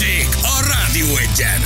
Balázsék a Rádió Egyen!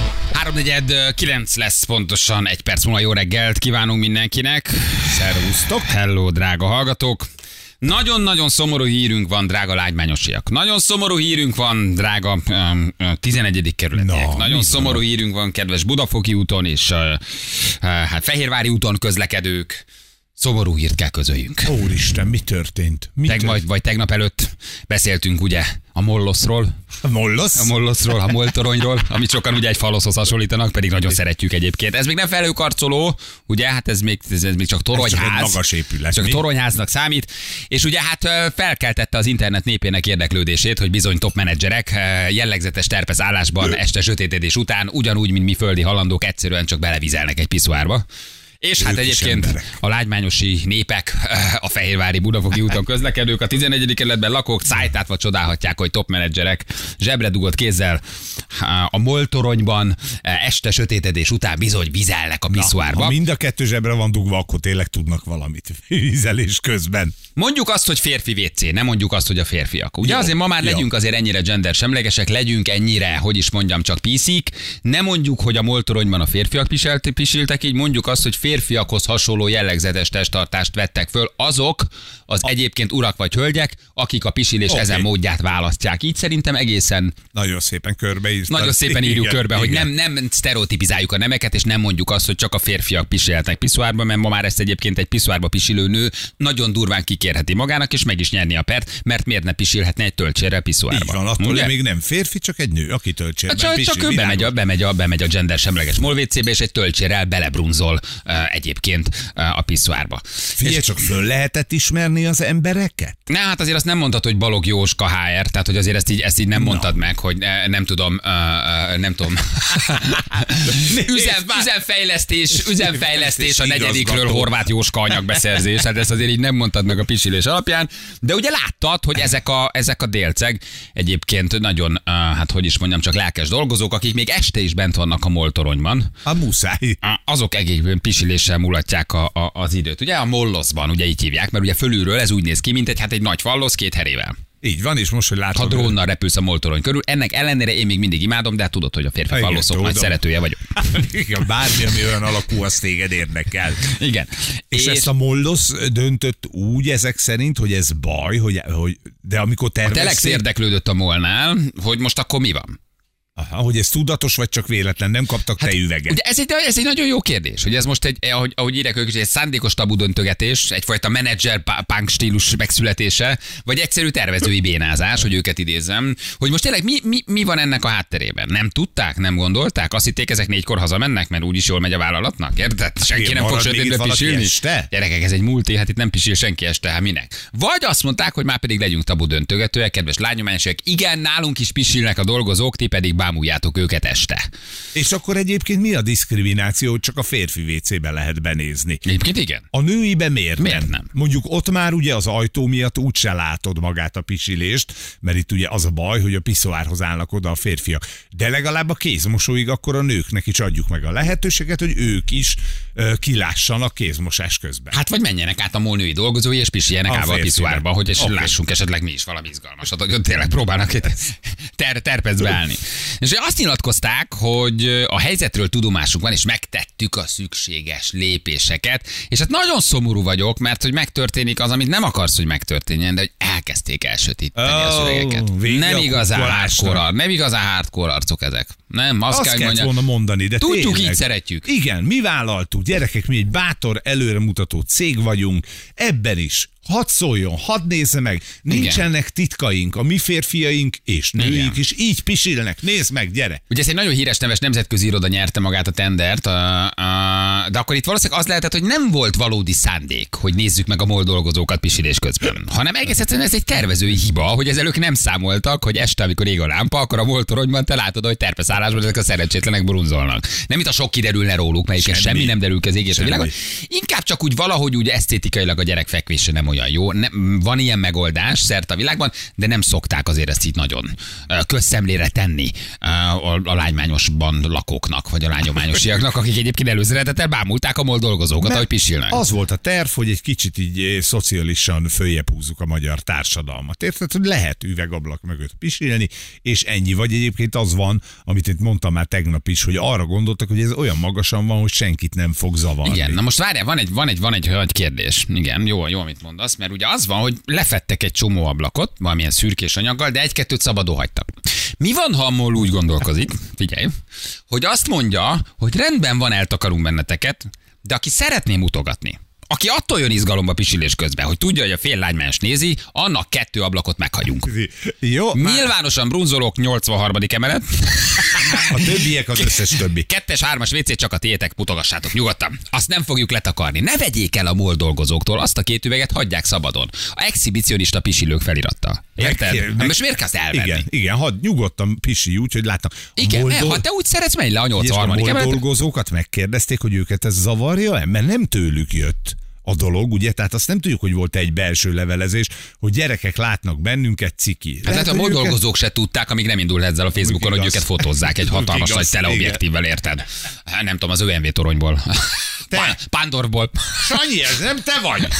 3:49 lesz pontosan, egy perc múlva jó reggelt kívánunk mindenkinek. Szervusztok! Hello, drága hallgatók! Nagyon-nagyon szomorú hírünk van, drága lágymányosiak. Nagyon szomorú hírünk van, drága 11. kerületiek. Nagyon szomorú hírünk van, kedves Budafoki úton és hát Fehérvári úton közlekedők. Szomorú hírt kell közöljünk. Úristen, mi történt? Tegnap előtt beszéltünk ugye a Molloszról. A Mollosz? A Molloszról, a Moltoronyról, amit sokan ugye egy faloszhoz hasonlítanak, pedig nagyon szeretjük egyébként. Ez még nem felhőkarcoló, ugye, hát ez még csak toronyház. Ez csak egy magas épület. Csak toronyháznak számít. És ugye hát felkeltette az internet népének érdeklődését, hogy bizony top menedzserek jellegzetes terpez állásban este sötétedés után, ugyanúgy, mint mi földi halandók, egyszerűen csak belevizelnek egy piszoárba. És hát egyébként a lágymányosi népek, a Fehérvári Budafoki úton közlekedők, a 11. kerületben lakók szájtátva csodálhatják, hogy top menedzserek zsebre dugott kézzel a Moltoronyban este sötétedés után bizony vizelnek a piszoárba. Ha mind a kettő zsebre van dugva, akkor tényleg tudnak valamit vizelés közben. Mondjuk azt, hogy férfi WC, nem mondjuk azt, hogy a férfiak. Ugye azért ma már legyünk azért ennyire gender semlegesek, legyünk ennyire, hogy is mondjam, csak piszik. Nem mondjuk, hogy a Moltoronyban a férfiak pisiltek, így mondjuk azt, hogy férfiakhoz hasonló jellegzetes testtartást vettek föl azok az egyébként urak vagy hölgyek, akik a pisilés ezen módját választják. Így szerintem egészen... Nagyon szépen körbeírjuk. Nagyon szépen írjuk körbe, hogy nem sztereotipizáljuk a nemeket, és nem mondjuk azt, hogy csak a férfiak pisilhetnek piszoárban, mert ma már ezt egyébként egy piszoárba pisilő nő nagyon durván kikérheti magának, és meg is nyerni a pert, mert miért ne pisilhetne egy töltsérrel piszoárba. Így van, attól még nem férfi, csak egy nő, aki töltsérben pisil. Csak bemegy a gender semleges molvécébe, és egy töltsérrel belebrunzol egyébként a piszoárba. Figyelj, csak föl lehetett ismerni az embereket? Ne, hát azért azt nem mondtad, hogy Balog Jóska HR, tehát hogy azért ezt így nem mondtad meg, hogy nem tudom. Üzemfejlesztés a negyedikről Horváth Jóska anyagbeszerzés, hát ezt azért így nem mondtad meg a pisilés alapján, de ugye láttad, hogy ezek a délceg egyébként nagyon, hát hogy is mondjam, csak lelkes dolgozók, akik még este is bent vannak a Moltoronyban. A muszáj. Azok egyébként pisiléssel mulatják az időt. Ugye a Molloszban, ugye így hívják, mert ugye fölülről ez úgy néz ki, mint egy nagy fallosz két herével. Így van, és most, hogy látod... Ha drónnal repülsz a Moltorony körül, ennek ellenére én még mindig imádom, de hát tudod, hogy a férfi falloszok nagy szeretője vagyok. Igen, bármi, ami olyan alakú, az téged érdekel. Igen. És ezt a Mollosz döntött úgy ezek szerint, hogy ez baj, hogy de amikor tervezték... A Telex érdeklődött a Molnál, hogy most akkor mi van? Aha, hogy ez tudatos, vagy csak véletlen, nem kaptak tejüveget. Ugye ez egy nagyon jó kérdés, hogy ez most ahogy írják ők is, egy szándékos tabu döntögetés, egyfajta menedzser punk stílus megszületése, vagy egyszerű tervezői bénázás, hogy őket idézzem, hogy most tényleg mi van ennek a hátterében? Nem tudták, nem gondolták? Azt hitték, ezek 4-kor hazamennek, mert úgyis jól megy a vállalatnak? Érted? Senki nem fog sötétbe pisilni. Gyerekek, ez egy multi, hát itt nem pisil senki este, hát minek? Vagy azt mondták, hogy már pedig legyünk tabu döntögetőek, kedves lányományosok, igen, nálunk is pisilnek a dolgozók, ti pedig bámuljátok őket este. És akkor egyébként mi a diszkrimináció, hogy csak a férfi WC-ben lehet benézni? Egyébként igen. A nőibe miért nem? Mondjuk ott már ugye az ajtó miatt úgyse látod magát a pisilést, mert itt ugye az a baj, hogy a piszoárhoz állnak oda a férfiak. De legalább a kézmosóig akkor a nőknek is adjuk meg a lehetőséget, hogy ők is kilássanak kézmosás közben. Hát vagy menjenek át a MOL női dolgozói, és pisiljenek ával a piszoárba, hogy lássunk esetleg mi is valami izgalmasat, hogy tényleg próbálnak terpezbe állni. És azt nyilatkozták, hogy a helyzetről tudomásunk van, és megtettük a szükséges lépéseket, és hát nagyon szomorú vagyok, mert hogy megtörténik az, amit nem akarsz, hogy megtörténjen, de hogy elkezdték elsötíteni az öregeket. Nem igazán hardcore arcok ezek. Nem, azt kell mondani, de tudjuk, tényleg. így szeretjük. Igen, mi vállaltuk, gyerekek, mi egy bátor, előremutató cég vagyunk, ebben is. Hadd szóljon, hadd nézze meg, nincsenek titkaink, a mi férfiaink és nőink is így pisilnek, nézd meg, gyere! Ugye ez egy nagyon híres neves nemzetközi iroda nyerte magát a tendert, de akkor itt valószínűleg az lehetett, hogy nem volt valódi szándék, hogy nézzük meg a MOL dolgozókat pisilés közben, hanem egész egyszerűen ez egy tervezői hiba, hogy ezzel ők nem számoltak, hogy este, amikor ég a lámpa, akkor a MOL toronyban te látod, hogy terpeszállásban ezek a szerencsétlenek brunzolnak. Nem itt a sok kiderülne róluk, melyik semmi nem derül ki az égés a világon. Inkább csak úgy valahogy úgy esztétikailag a gyerek fekvése nem olyan jó. Van ilyen megoldás szerte a világban, de nem szokták azért ezt így nagyon közszemlére tenni a lágymányosban lakóknak, vagy a lányományosiaknak, akik egyébként előszeretettel bámulták a MOL dolgozókat, ahogy pisilnek. Az volt a terv, hogy egy kicsit így szociálisan följebb húzzuk a magyar társadalmat. Érted, hogy lehet üvegablak mögött pisilni, és ennyi. Vagy egyébként az van, amit itt mondtam már tegnap is, hogy arra gondoltak, hogy ez olyan magasan van, hogy senkit nem fog zavarni. Igen, na most várjál, van egy kérdés. Igen, jó, amit mondasz, mert ugye az van, hogy lefettek egy csomó ablakot, valamilyen szürkés anyaggal, de egy-kettőt szabadon hagytak. Mi van, ha a MOL úgy gondolkozik, figyelj, hogy azt mondja, hogy rendben van, eltakarunk benneteket, de aki szeretné mutogatni, aki attól jön izgalomba pisilés közben, hogy tudja, hogy a fél lány más nézi, annak 2 ablakot meghagyunk. Jó, nyilvánosan brunzolók, 83. emelet. A többiek az összes többi. 2-es, 3-as WC csak a tiétek, mutogassátok nyugodtan. Azt nem fogjuk letakarni. Ne vegyék el a MOL dolgozóktól, azt a 2 üveget hagyják szabadon. A exhibicionista pisilők felirattal. Érted? Most miért kell azt elvenni? Igen, hadd nyugodtan pisilj úgy, hogy látnak. Igen, ha te úgy szeretsz, menj le a 83. emelet. emelet. A dolgozókat megkérdezték, hogy őket ez zavarja-e? Mert nem tőlük jött a dolog, ugye? Tehát azt nem tudjuk, hogy volt egy belső levelezés, hogy gyerekek látnak bennünket, ciki. Hát a MOL dolgozók se tudták, amíg nem indult ezzel a Facebookon, hogy őket fotózzák egy hatalmas nagy teleobjektívvel, érted? Nem tudom, az ÖMV toronyból. Pándorból. Sanyi, ez nem te vagy!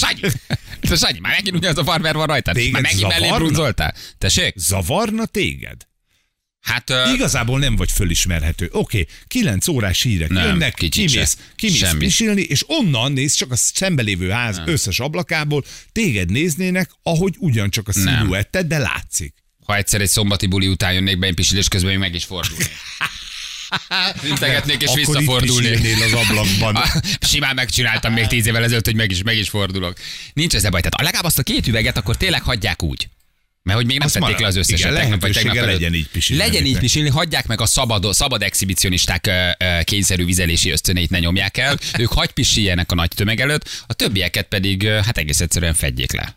Te Sanyi, már megint ugyanaz a farmer van rajtad. Téged már megint mellé brunzoltál. Tessék? Zavarna téged? Hát, igazából nem vagy fölismerhető. Oké, 9 órás hírek jönnek, kimész pisilni, és onnan néz, csak a szembelévő ház összes ablakából, téged néznének, ahogy ugyancsak a sziluetted, de látszik. Ha egyszer egy szombati buli után jönnék be, én pisilés közben még meg is fordulnék. Integetnék és visszafordulnék. Az ablakban. Simán megcsináltam még 10 évvel ezelőtt, hogy meg is fordulok. Nincs ez a baj. Tehát legalább azt a 2 üveget akkor tényleg hagyják úgy. Mert hogy még nem tették le az összeset tegnap vagy tegnap előtt. Legyen így pisilni. Legyen így pisilni, hagyják meg a szabad exhibicionisták kényszerű vizelési ösztöneit ne nyomják el. Ők hagy pisiljenek a nagy tömeg előtt, a többieket pedig hát egész egyszerűen fedjék le.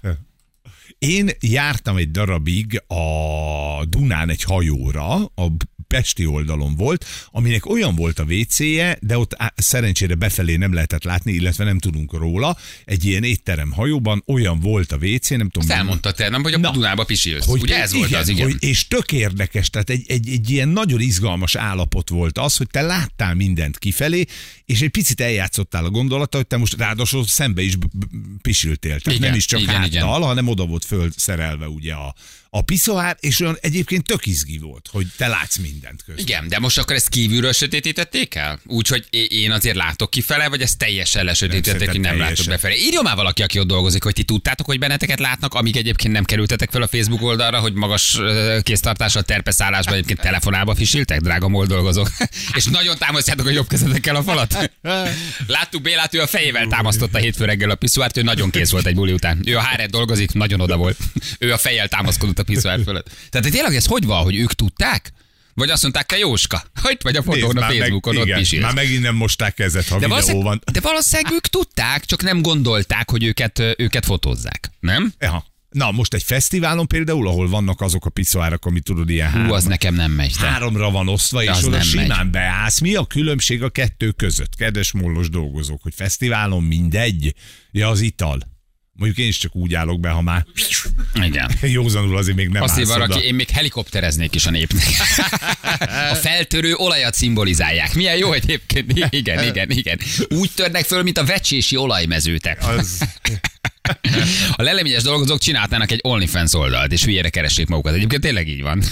Én jártam egy darabig a Dunán egy hajóra, a pesti oldalon volt, aminek olyan volt a WC-je, de ott szerencsére befelé nem lehetett látni, illetve nem tudunk róla. Egy ilyen étterem hajóban olyan volt a WC, nem tudom. Azt elmondtad te, nem, hogy a Dunába pisilsz. Ugye ez volt az, igen. És tök érdekes, tehát egy ilyen nagyon izgalmas állapot volt az, hogy te láttál mindent kifelé, és egy picit eljátszottál a gondolata, hogy te most ráadásul szembe is pisiltél. Tehát nem is csak háttal, hanem oda volt fölszerelve ugye a piszoár, és olyan egyébként tök izgi volt, hogy te látsz mindent közben. Igen, de most akkor ezt kívülről sötétítették el? Úgyhogy én azért látok kifele, vagy ezt teljesen lesötétítették, hogy nem látok befelé. Írjon már valaki, aki ott dolgozik, hogy ti tudtátok, hogy benneteket látnak, amíg egyébként nem kerültetek fel a Facebook oldalra, hogy magas kéztartással terpeszállásban egyébként telefonálba fisiltek, drága MOL dolgozók. És nagyon támasztjátok a jobb kezetekkel a falat. Láttuk Bélát, ő a fejével támasztotta hétfő reggel a piszoárt, ő nagyon kész volt egy buli után. Ő a HR dolgozik, nagyon oda volt. Ő a fejjel támaszkodott a piszoár fölött. Tehát tényleg ez hogy van, hogy ők tudták? Vagy azt mondták, te Jóska, hogy vagy a fotón a Facebookon, ott pisilsz. Már megint nem mosták kezet, ha videó van. De valószínűleg ők tudták, csak nem gondolták, hogy őket fotózzák, nem? Ja. Na, most egy fesztiválon például, ahol vannak azok a piszoárak, amit tudod, ilyen az nekem nem megy. 3-ra van osztva, és oda simán beállsz. Mi a különbség a 2 között? Kedves mollos dolgozók, hogy fesztiválon mindegy? Ja, az ital. Mondjuk én is csak úgy állok be, ha már igen. Józanul azért még nem azt állsz oda. Én még helikoptereznék is a népnek. A feltörő olajat szimbolizálják. Milyen jó egyébként. Igen. Úgy törnek föl, mint a vecsési olajmezőtek. A leleményes dolgozók csináltának egy OnlyFans oldalt, és hülyére keressék magukat. Egyébként tényleg így van.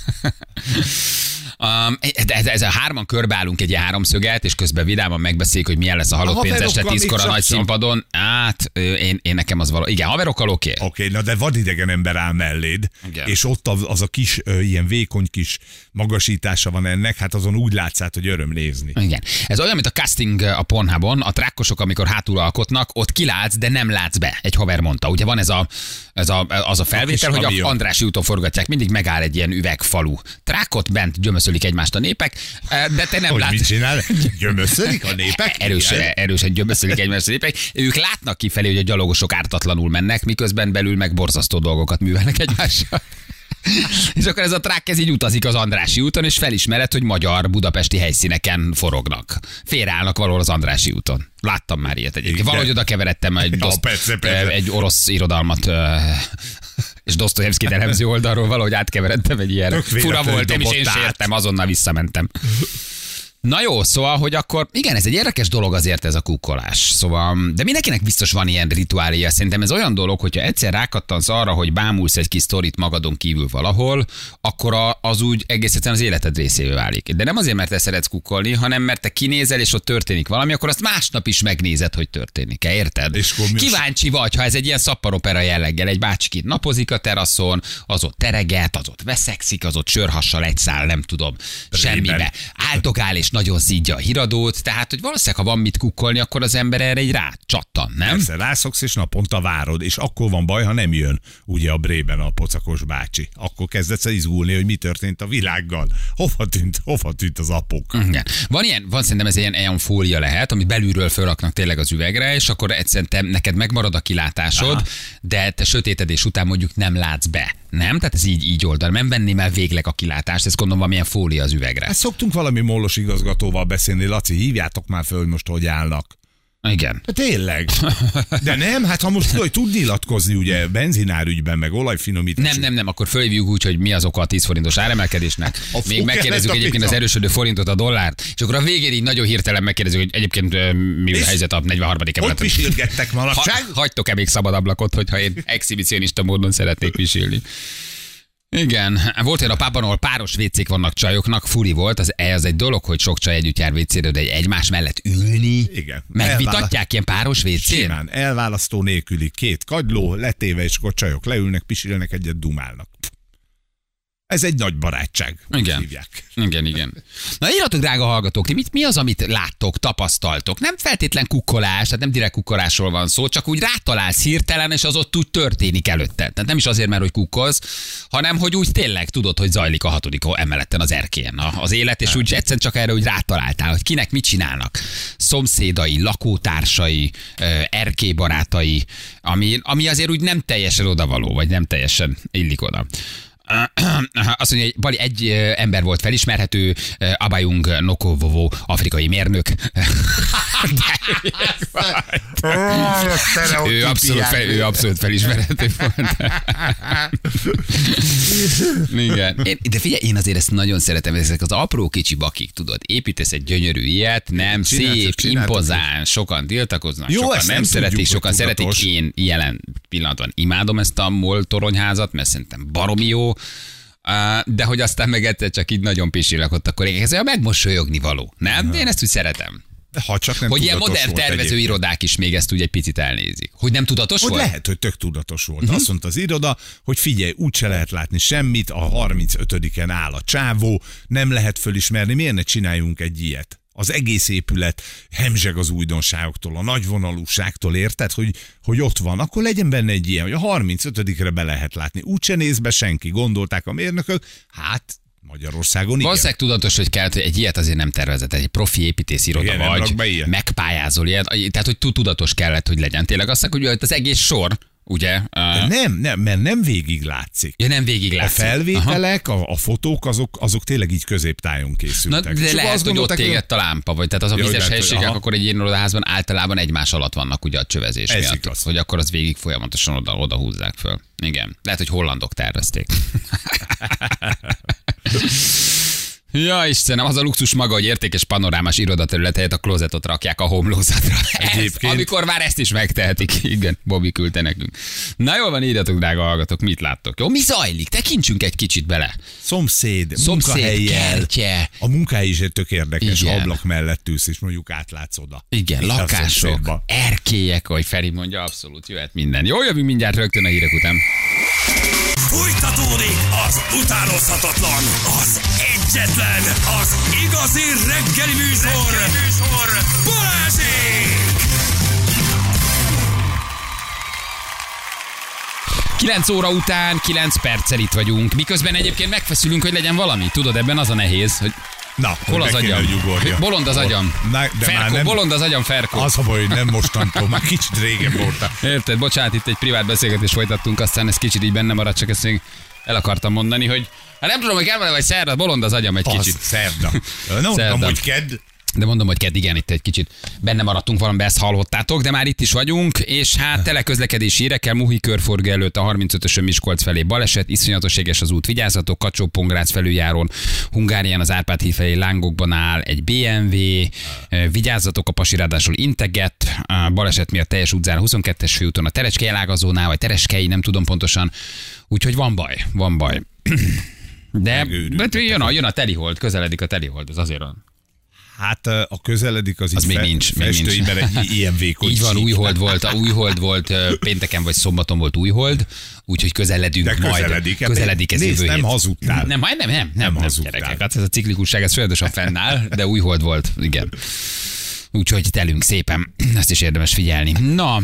Ez a 3-an körbeállunk egy 3-szöget, és közben vidáman megbeszéljük, hogy milyen lesz a halott pénz este 10-kor a nagy színpadon. Hát, én nekem az való. Igen, haverokkal oké. Oké, na de vadidegen ember áll melléd, igen. És ott az a kis, ilyen vékony kis magasítása van ennek, hát azon úgy látsz át, hogy öröm nézni. Igen. Ez olyan, mint a casting a Pornhubon, a trákkosok, amikor hátul alkotnak, ott kilátsz, de nem látsz be. Egy haver mondta. Ugye van az a felvétel, hogy a Andrássy úton forgatják, mindig megáll egy ilyen üvegfalu. Trákot bent gyömöszölik egymást a népek, de te nem hogy látsz. Mit csinál? Gyömöszölik a népek? Erősen gyömöszölik egymást a népek. Ők látnak kifelé, hogy a gyalogosok ártatlanul mennek, miközben belül meg borzasztó dolgokat művelnek egymással. És akkor ez a trák ez így utazik az Andrássy úton, és felismered, hogy magyar budapesti helyszíneken forognak. Félreállnak valahol az Andrássy úton. Láttam már ilyet egyébként. Valahogy oda keveredtem egy orosz irodalmat és Dostoyevszkit elemző oldalról, valahogy átkeveredtem egy ilyen. Fura volt, én is sértem, azonnal visszamentem. Na jó, szóval, hogy akkor igen, ez egy érdekes dolog azért ez a kukkolás. Szóval, de mindenkinek biztos van ilyen rituáléja. Szerintem ez olyan dolog, hogyha egyszer rákattansz arra, hogy bámulsz egy kis sztorit magadon kívül valahol, akkor az úgy egész egyszerűen az életed részévé válik. De nem azért, mert te szeretsz kukkolni, hanem mert te kinézel, és ott történik valami, akkor azt másnap is megnézed, hogy történik. Érted? Kíváncsi vagy, ha ez egy ilyen szappanopera jelleggel, egy bácsi napozik a teraszon, az ott tereget, az ott veszekszik, az ott sörhassal egy szál, nem tudom, semmibe. Áldogál és nagyon szídja a híradót, tehát, hogy valószínűleg, ha van mit kukkolni, akkor az ember erre egy rácsattan, nem? Persze, rászoksz, és naponta várod, és akkor van baj, ha nem jön, ugye a brében a pocakos bácsi. Akkor kezdesz izgulni, hogy mi történt a világgal. Hova tűnt az apok? Igen. Van szerintem ez ilyen fólia lehet, amit belülről fölraknak tényleg az üvegre, és akkor egyszerűen neked megmarad a kilátásod, aha, de te sötétedés után mondjuk nem látsz be. Nem? Tehát ez így oldal. Nem venném el végleg a kilátást, ezt gondolom valamilyen fólia az üvegre. Hát szoktunk valami mollos igazgatóval beszélni, Laci, hívjátok már föl, hogy most hogy állnak. Igen. Tényleg. De nem, hát ha most tud nyilatkozni, ugye, benzinárügyben, meg olajfinomítás. Nem, akkor fölhívjuk úgy, hogy mi az oka a 10 forintos áremelkedésnek. Még megkérdezzük egyébként az erősödő forintot, a dollárt, és akkor a végén így nagyon hirtelen megkérdezzük, hogy egyébként mi a helyzet a 43. emeleten. Hogy pisilgettek manapság? Hagytok-e még szabad ablakot, hogyha én exhibicionista módon szeretnék pisilni? Igen, volt olyan a pában, ahol páros vécék vannak csajoknak, furi volt, az egy dolog, hogy sok csaj együtt jár vécére, de egymás mellett ülni. Igen. Megvitatják ilyen páros vécén? Simán, elválasztó nélküli 2 kagyló, letéve, és akkor csajok leülnek, pisilnek egyet, dumálnak. Ez egy nagy barátság. Igen. Hívják. Igen. Na írjatok, drága hallgatók, mi az, amit láttok, tapasztaltok? Nem feltétlen kukkolás, tehát nem direkt kukkolásról van szó, csak úgy rátalálsz hirtelen, és az ott úgy történik előtte. Tehát nem is azért, mert hogy kukkolsz, hanem hogy úgy tényleg tudod, hogy zajlik a 6. emeleten az erkélyen az élet, és úgy egyszerűen csak erre úgy rátaláltál, hogy kinek mit csinálnak. Szomszédai, lakótársai, erkélybarátai, ami azért úgy nem teljesen odavaló, vagy nem teljesen illik oda. Azt mondja, hogy Bali, egy ember volt felismerhető, Abayung Nokovovo, afrikai mérnök. ő abszolút felismerhető volt. Igen. De figyelj, én azért ezt nagyon szeretem, ezek az apró kicsi bakik, tudod, építesz egy gyönyörű ilyet, nem, szép, impozáns, sokan tiltakoznak, jó, sokan nem szeretik, sokan szeretik. Én jelen pillanatban imádom ezt a MOL toronyházat, mert szerintem baromi jó, de hogy aztán meg egyszer csak így nagyon pisilek ott, akkor ez olyan megmosolyogni való, nem? De én ezt úgy szeretem. Ha csak nem hogy ilyen modern tervező irodák is még ezt úgy egy picit elnézik. Hogy nem tudatos hogy volt? Lehet, hogy tök tudatos volt. Azt mondta az iroda, hogy figyelj, úgyse lehet látni semmit, a 35-en áll a csávó, nem lehet fölismerni, miért ne csináljunk egy ilyet? Az egész épület hemzseg az újdonságoktól, a nagyvonalúságtól, érted, hogy ott van, akkor legyen benne egy ilyen, hogy a 35-re be lehet látni. Úgyse néz be senki, gondolták a mérnökök, hát Magyarországon igen. Valószínűleg tudatos, hogy kell, hogy egy ilyet azért nem tervezett, egy profi építésziroda igen, vagy, megpályázol ilyet, tehát hogy tudatos kellett, hogy legyen. Tényleg azt mondja, hogy az egész sor, ugye? Nem, mert nem végig látszik. Ja, nem végig látszik. A felvételek, a fotók, azok tényleg így középtájon készültek. Na, de lehet, hogy ott égett a lámpa, vagy tehát az a vizes helységek, akkor egy ilyen irodaházban általában egymás alatt vannak ugye a csövezés ez miatt. Igaz. Hogy akkor az végig folyamatosan oda húzzák föl. Igen. Lehet, hogy hollandok tervezték. Ja, Istenem, az a luxus maga, hogy értékes panorámás irodaterület helyett a klozetot rakják a homlózatra. Amikor már ezt is megtehetik. Igen, Bobby küldte nekünk. Na jól van, írjatok, drága hallgatók, mit láttok? Jó, mi zajlik? Tekintsünk egy kicsit bele. Szomszéd, munkahelyjel. Kertje. A munkahely is egy tök érdekes, igen. Ablak mellett ülsz, és mondjuk átlátsz oda. Igen, itt lakások, erkélyek, ahogy Feri mondja, abszolút jöhet minden. Jó, jövünk mindjárt rögtön a hírek után. Fújtatódik az utánozhatatlan, az egyetlen, az igazi reggeli műsor, Balázsék! 9 óra után 9 perccel itt vagyunk, miközben egyébként megfeszülünk, hogy legyen valami. Tudod, ebben az a nehéz, hogy na, hol az agyam? Bolond az agyam. Ferko, bolond az agyam, Ferko. Az a baj, hogy nem mostantól, már kicsit régen voltál. Érted? Bocsánat, itt egy privát beszélgetést folytattunk, aztán ez kicsit így benne maradt, csak ezt még el akartam mondani, hogy hát nem tudom, hogy kell vele vagy szerda, bolond az agyam egy kicsit. Szerda. Nem mondtam, hogy kedd. De mondom, hogy igen, itt egy kicsit benne maradtunk valamiben, ezt hallottátok, de már itt is vagyunk, és hát teleközlekedési hírekkel Muhi körforgó előtt a 35-ösön Miskolc felé baleset, iszonyatos éges az út, vigyázzatok, Kacsó-Pongrácz felüljáron, Hungárián az Árpád híd felé lángokban áll egy BMW, vigyázzatok, a Pasi ráadásul integet, a baleset miatt teljes útzár 22-es főúton a Tereskei elágazónál, vagy Tereskei, nem tudom pontosan, úgyhogy van baj. De jön a telihold, közeledik a telihold, ez azért van. Hát a közeledik az még nincs. festőiben egy ilyen vékony. Így van, újhold volt, pénteken vagy szombaton volt újhold, úgyhogy közeledünk de majd. Közeledik ez jövő nem hét. hazudtál. Nem hazudtál. Gyerekek, hát ez a ciklikusság, ez folyamatosan fennáll, de újhold volt, igen. Úgyhogy telünk szépen, ezt is érdemes figyelni. Na,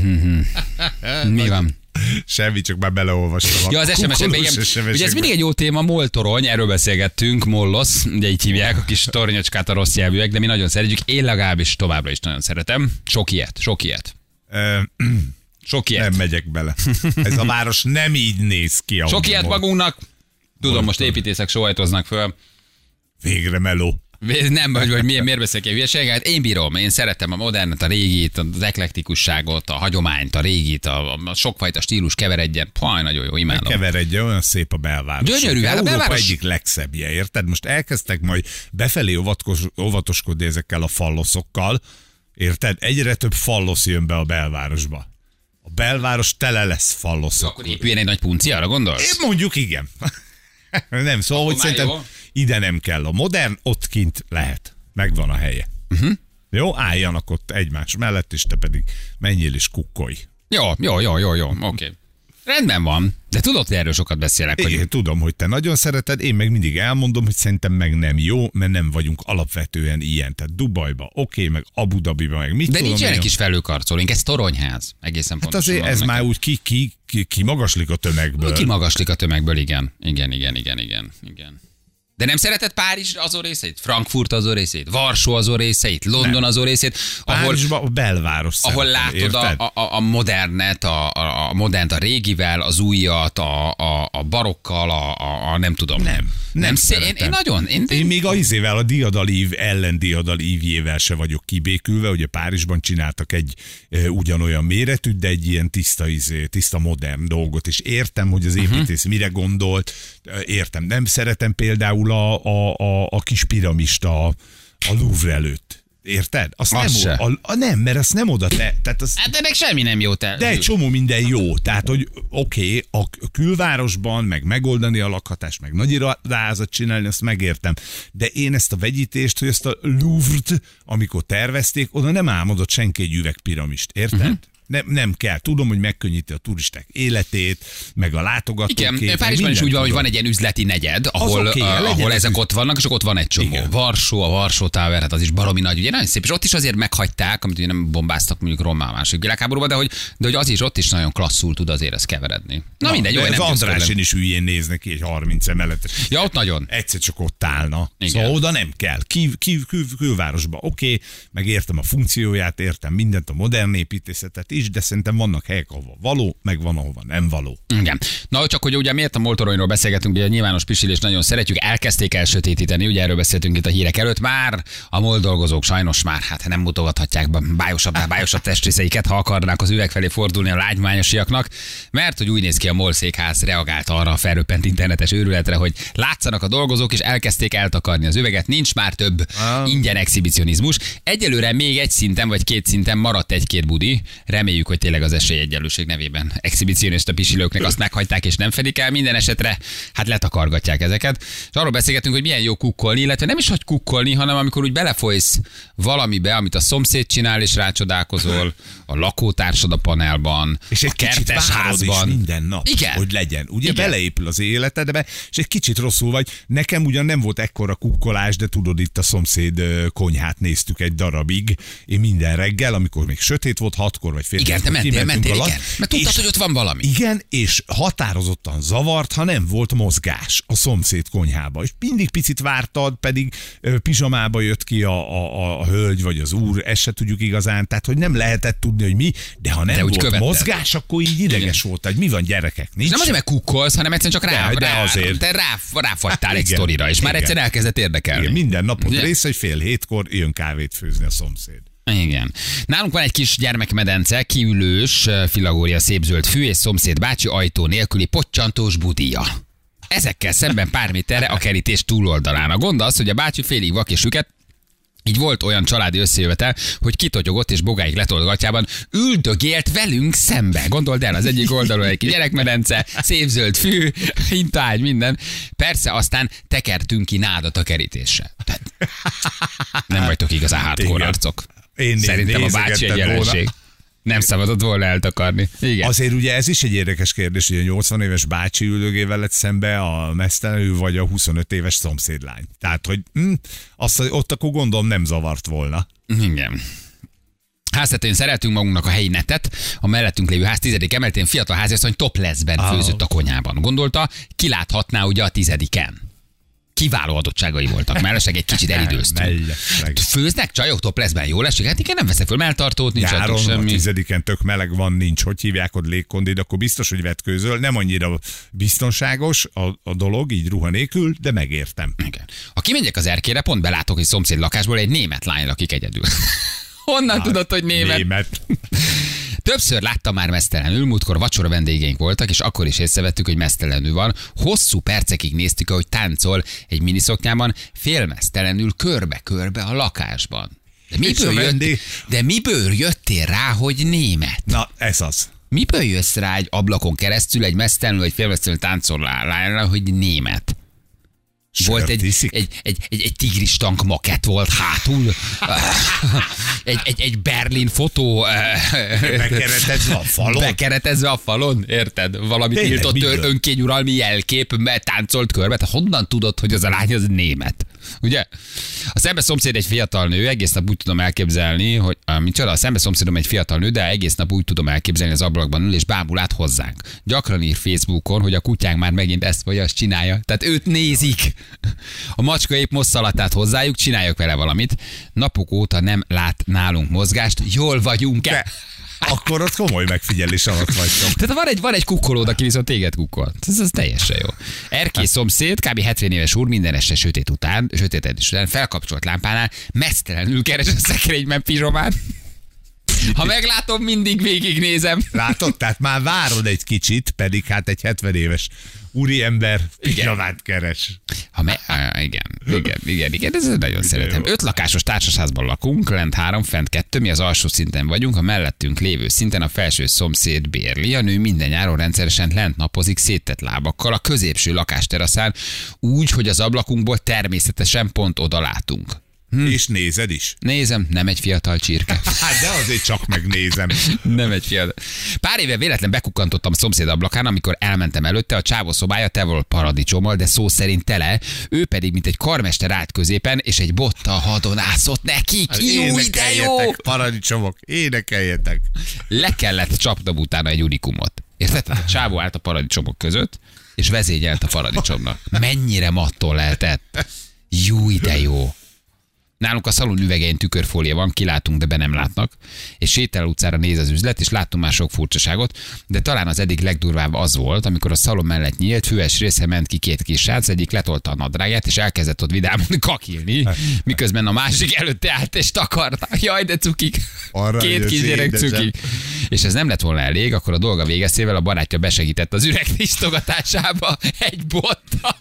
mi van? Semmi, csak már beleolvastam. Ja, az SMS-ekben, igen. Ugye ez mindig egy jó téma, MOL-torony, erről beszélgettünk, Mollosz, ugye így hívják, a kis tornyocskát a rossz nyelvűek, de mi nagyon szeretjük, én legalábbis továbbra is nagyon szeretem. Sok ilyet. Nem megyek bele. Ez a város nem így néz ki. Sok ilyet magunknak. Tudom, most építészek sóhajtoznak föl. Végre meló. Nem, hogy miért beszélek ilyen hülyeséget. Én bírom, én szeretem a modernet, a régit, az eklektikusságot, a hagyományt, a régit, a sokfajta stílus keveredjen. Nagyon jó, imádom. Keveredjen, olyan szép a belváros. Gyönyörű, a belváros. egyik legszebbje, érted? Most elkezdtek majd befelé óvatoskodni ezekkel a falloszokkal, érted? Egyre több fallosz jön be a belvárosba. A belváros tele lesz falloszokkal. Akkor épüljen egy nagy punci, arra gondolsz? Én mondjuk igen. Nem, szóval, hogy szerintem ide nem kell. A modern ott kint lehet. Megvan a helye. Jó, álljanak ott egymás mellett, és te pedig menjél és kukkolj. Jó, oké. Rendben van, de tudod, hogy erről sokat beszélek. Én tudom, hogy te nagyon szereted, én meg mindig elmondom, hogy szerintem meg nem jó, mert nem vagyunk alapvetően ilyen. Tehát Dubajba, oké, meg Abu Dhabiba, meg mit de tudom. De nincsenek is felőkarcolónk, ez toronyház. Egészen hát pontosan. azért ez már úgy kimagaslik a tömegből. Kimagaslik a tömegből, igen. De nem szereted Párizs azon részeit? Frankfurt azon részeit? Varsó azon részeit? London azon részét? Párizsban a belváros ahol látod a modernet, a modernt a régivel, az újat, a barokkal, a nem tudom. Nem szeretem. Én még a izével, a diadalív ellen diadalívjével se vagyok kibékülve, ugye Párizsban csináltak egy ugyanolyan méretűt, de egy ilyen tiszta modern dolgot, és értem, hogy az építész mire gondolt, értem. Nem szeretem például a kis piramista a Louvre előtt. Érted? Nem, mert azt nem oda te. Tehát hát ennek semmi nem jó te. De egy csomó minden jó. Tehát, hogy oké, a külvárosban, meg megoldani a lakhatást, meg nagy irodázat csinálni, azt megértem. De én ezt a vegyítést, hogy ezt a Louvre-t, amikor tervezték, oda nem álmodott senki egy üvegpiramist. Érted? Nem kell. Tudom, hogy megkönnyíti a turisták életét, meg a látogatókét. Igen, Párizsban is úgy van, hogy van egy ilyen üzleti negyed, ahol ezek ott vannak, és ott van egy csomó. Igen. Varsó, a Varsó Tower, hát az is baromi nagy, ugye nagyon szép, és ott is azért meghagyták, amit ugye nem bombáztak mondjuk Rómában a második világháborúban, de hogy az is ott is nagyon klasszul tud azért ezt keveredni. Na mindegy, jó, az Andrásin is hülyén néznek ki egy 30 emeletes. Ja, ott nagyon. Egyszer csak ott állna. Igen. Szóval oda nem kell. Külvárosba oké, meg értem a funkcióját, értem mindent, a modern építészetet is, de szerintem vannak helyek, ahova való, meg van, ahova nem való. Igen. Na, csak hogy ugye miért a MOL-toronyról beszélgetünk, ugye a nyilvános pisilést nagyon szeretjük, elkezdték elsötétíteni, ugye erről beszéltünk itt a hírek előtt, már a MOL dolgozók sajnos már hát nem mutogathatják bájosabb testrészeiket, ha akarnák az üveg felé fordulni a lágymányosiaknak, mert hogy úgy néz ki, a MOL székház reagált arra a felröppent internetes őrületre, hogy látszanak a dolgozók, és elkezdték eltakarni az üveget, nincs már több ingyen exhibicionizmus. Egyelőre még egy szinten vagy két szinten maradt egy-két budi, reméljük, hogy tényleg az esélyegyenlőség nevében exhibicionista pisilőknek azt meghagyták és nem fedik el, minden esetre hát letakargatják ezeket. És arról beszélgetünk, hogy milyen jó kukkolni, illetve nem is hogy kukkolni, hanem amikor úgy belefolysz valamibe, amit a szomszéd csinál és rácsodálkozol, a lakótársad a panelban, és a kertes házban. Minden nap, igen. Hogy legyen. Ugye igen. Beleépül az életedbe, és egy kicsit rosszul vagy. Nekem ugyan nem volt ekkora kukkolás, de tudod, itt a szomszéd konyhát néztük egy darabig. Én minden reggel, amikor még sötét volt, 6-kor vagy Igen, te mentél, igen. Mert tudtad, hogy ott van valami. Igen, és határozottan zavart, ha nem volt mozgás a szomszéd konyhába. És mindig picit vártad, pedig pizsamába jött ki a hölgy vagy az úr, ezt se tudjuk igazán, tehát hogy nem lehetett tudni, hogy mi, de ha nem volt követted. Mozgás, akkor így ideges volt, hogy mi van, gyerekek, nincs. Nem azért, mert kukkolsz, hanem egyszerűen csak azért. ráfagytál egy sztorira, és már egyszer elkezdett érdekelni. Igen, minden napod rész, hogy 6:30 jön kávét főzni a szomszéd. Igen. Nálunk van egy kis gyermekmedence, kiülős, filagória, szép zöld fű és szomszéd bácsi ajtó nélküli poccsantós budia. Ezekkel szemben pár méterre a kerítés túloldalán. A gond az, hogy a bácsi félig vak és süket, így volt olyan családi összejövetel, hogy kitotyogott és bogáig letolt gatyában üldögélt velünk szembe. Gondold el, az egyik oldalon egy gyerekmedence, szép zöld fű, hintaágy, minden. Persze aztán tekertünk ki nádat a kerítésre. Nem vagytok igazán hardcore arcok. Szerintem a bácsi egy jelenség. Nem szabadott volna eltakarni. Igen. Azért ugye ez is egy érdekes kérdés, hogy a 80 éves bácsi üldögél veled szembe a mesztelenül vagy a 25 éves szomszédlány. Tehát, hogy ott akkor gondolom nem zavart volna. Igen. Háztetőn szereltünk magunknak a helyi netet, a mellettünk lévő ház 10. emeletén fiatal háziasszony toplessben főzött a konyhában. Gondolta, kiláthatná ugye a 10-en. Kiváló adottságai voltak, mellesleg egy kicsit elidőztünk. Főznek csajok toplessben, jól esik? Hát igen, nem veszek föl melltartót, nincs Nyáron, semmi. A 10-en tök meleg van, nincs, hogy hívják ott légkondid, akkor biztos, hogy vetkőzöl. Nem annyira biztonságos a dolog, így ruha nélkül, de megértem. Igen. Ha kimegyek az erkére, pont belátok, hogy szomszéd lakásból egy német lány lakik egyedül. Honnan tudod, hogy német? Többször láttam már mesztelenül, múltkor vacsora vendégeink voltak, és akkor is észrevettük, hogy mesztelenül van. Hosszú percekig néztük, ahogy táncol egy miniszoknyában, félmesztelenül körbe-körbe a lakásban. De miből jöttél rá, hogy német? Na, ez az. Miből jössz rá egy ablakon keresztül, egy mesztelenül vagy félmesztelenül táncol rá, hogy német? Volt egy tigris tank makett volt hátul, egy Berlin fotó bekeretezve a falon, érted? Valami tiltott önkényuralmi jelkép, mert táncolt körbe. Tehát honnan tudod, hogy az a lány az német? Ugye? A szembe szomszéd egy fiatal nő, egész nap úgy tudom elképzelni, hogy micsoda, a szembe szomszédom egy fiatal nő, de egész nap úgy tudom elképzelni, az ablakban ül és bámul át hozzánk. Gyakran ír Facebookon, hogy a kutyánk már megint ezt vagy azt csinálja. Tehát őt nézik. A macska épp most szaladt át hozzájuk, csináljak vele valamit. Napok óta nem lát nálunk mozgást, jól vagyunk-e? Akkor ott komoly megfigyelés alatt vagytok. Tehát van egy kukkolód, aki viszont téged kukkol. Ez teljesen jó. Erkély szomszéd, kb. 70 éves úr, minden este sötétedés után felkapcsolt lámpánál mesztelenül keres a szekrényben pizsomát. Ha meglátom, mindig végignézem. Látod? Tehát már várod egy kicsit, pedig hát egy 70 éves úriember pizsamát keres. Igen, ez nagyon szeretem. 5 lakásos társasházban lakunk, lent 3, fent 2, mi az alsó szinten vagyunk, a mellettünk lévő szinten a felső szomszéd bérli. A nő minden nyáron rendszeresen lent napozik széttett lábakkal a középső lakásteraszán, úgy, hogy az ablakunkból természetesen pont oda látunk. És nézed is? Nézem, nem egy fiatal csirke. Hát de azért csak megnézem. Nem egy fiatal. Pár éve véletlen bekukkantottam a szomszéd ablakán, amikor elmentem előtte, a csávó szobája te volt paradicsommal, de szó szerint tele, ő pedig, mint egy karmester állt középen, és egy bottal hadonászott neki. Jó, de jó! Paradicsomok, énekeljetek! Le kellett csapnom utána egy unikumot. Érted? A csávó állt a paradicsomok között, és vezényelt a paradicsomnak. Mennyire mattól lehetett. Jó, de jó! Nálunk a szalon üvegein tükörfólia van, kilátunk, de be nem látnak, és Sétál utcára néz az üzlet, és láttunk már sok furcsaságot, de talán az eddig legdurvább az volt, amikor a szalon mellett nyílt, főes része ment ki 2 kis srác, egyik letolta a nadrágját, és elkezdett ott vidámon kakilni, miközben a másik előtte állt és takarta. Jaj, de cukik! 2 kisgyerek cukik. És ez nem lett volna elég, akkor a dolga végeztével a barátja besegített az üreg tisztogatásába egy bottal.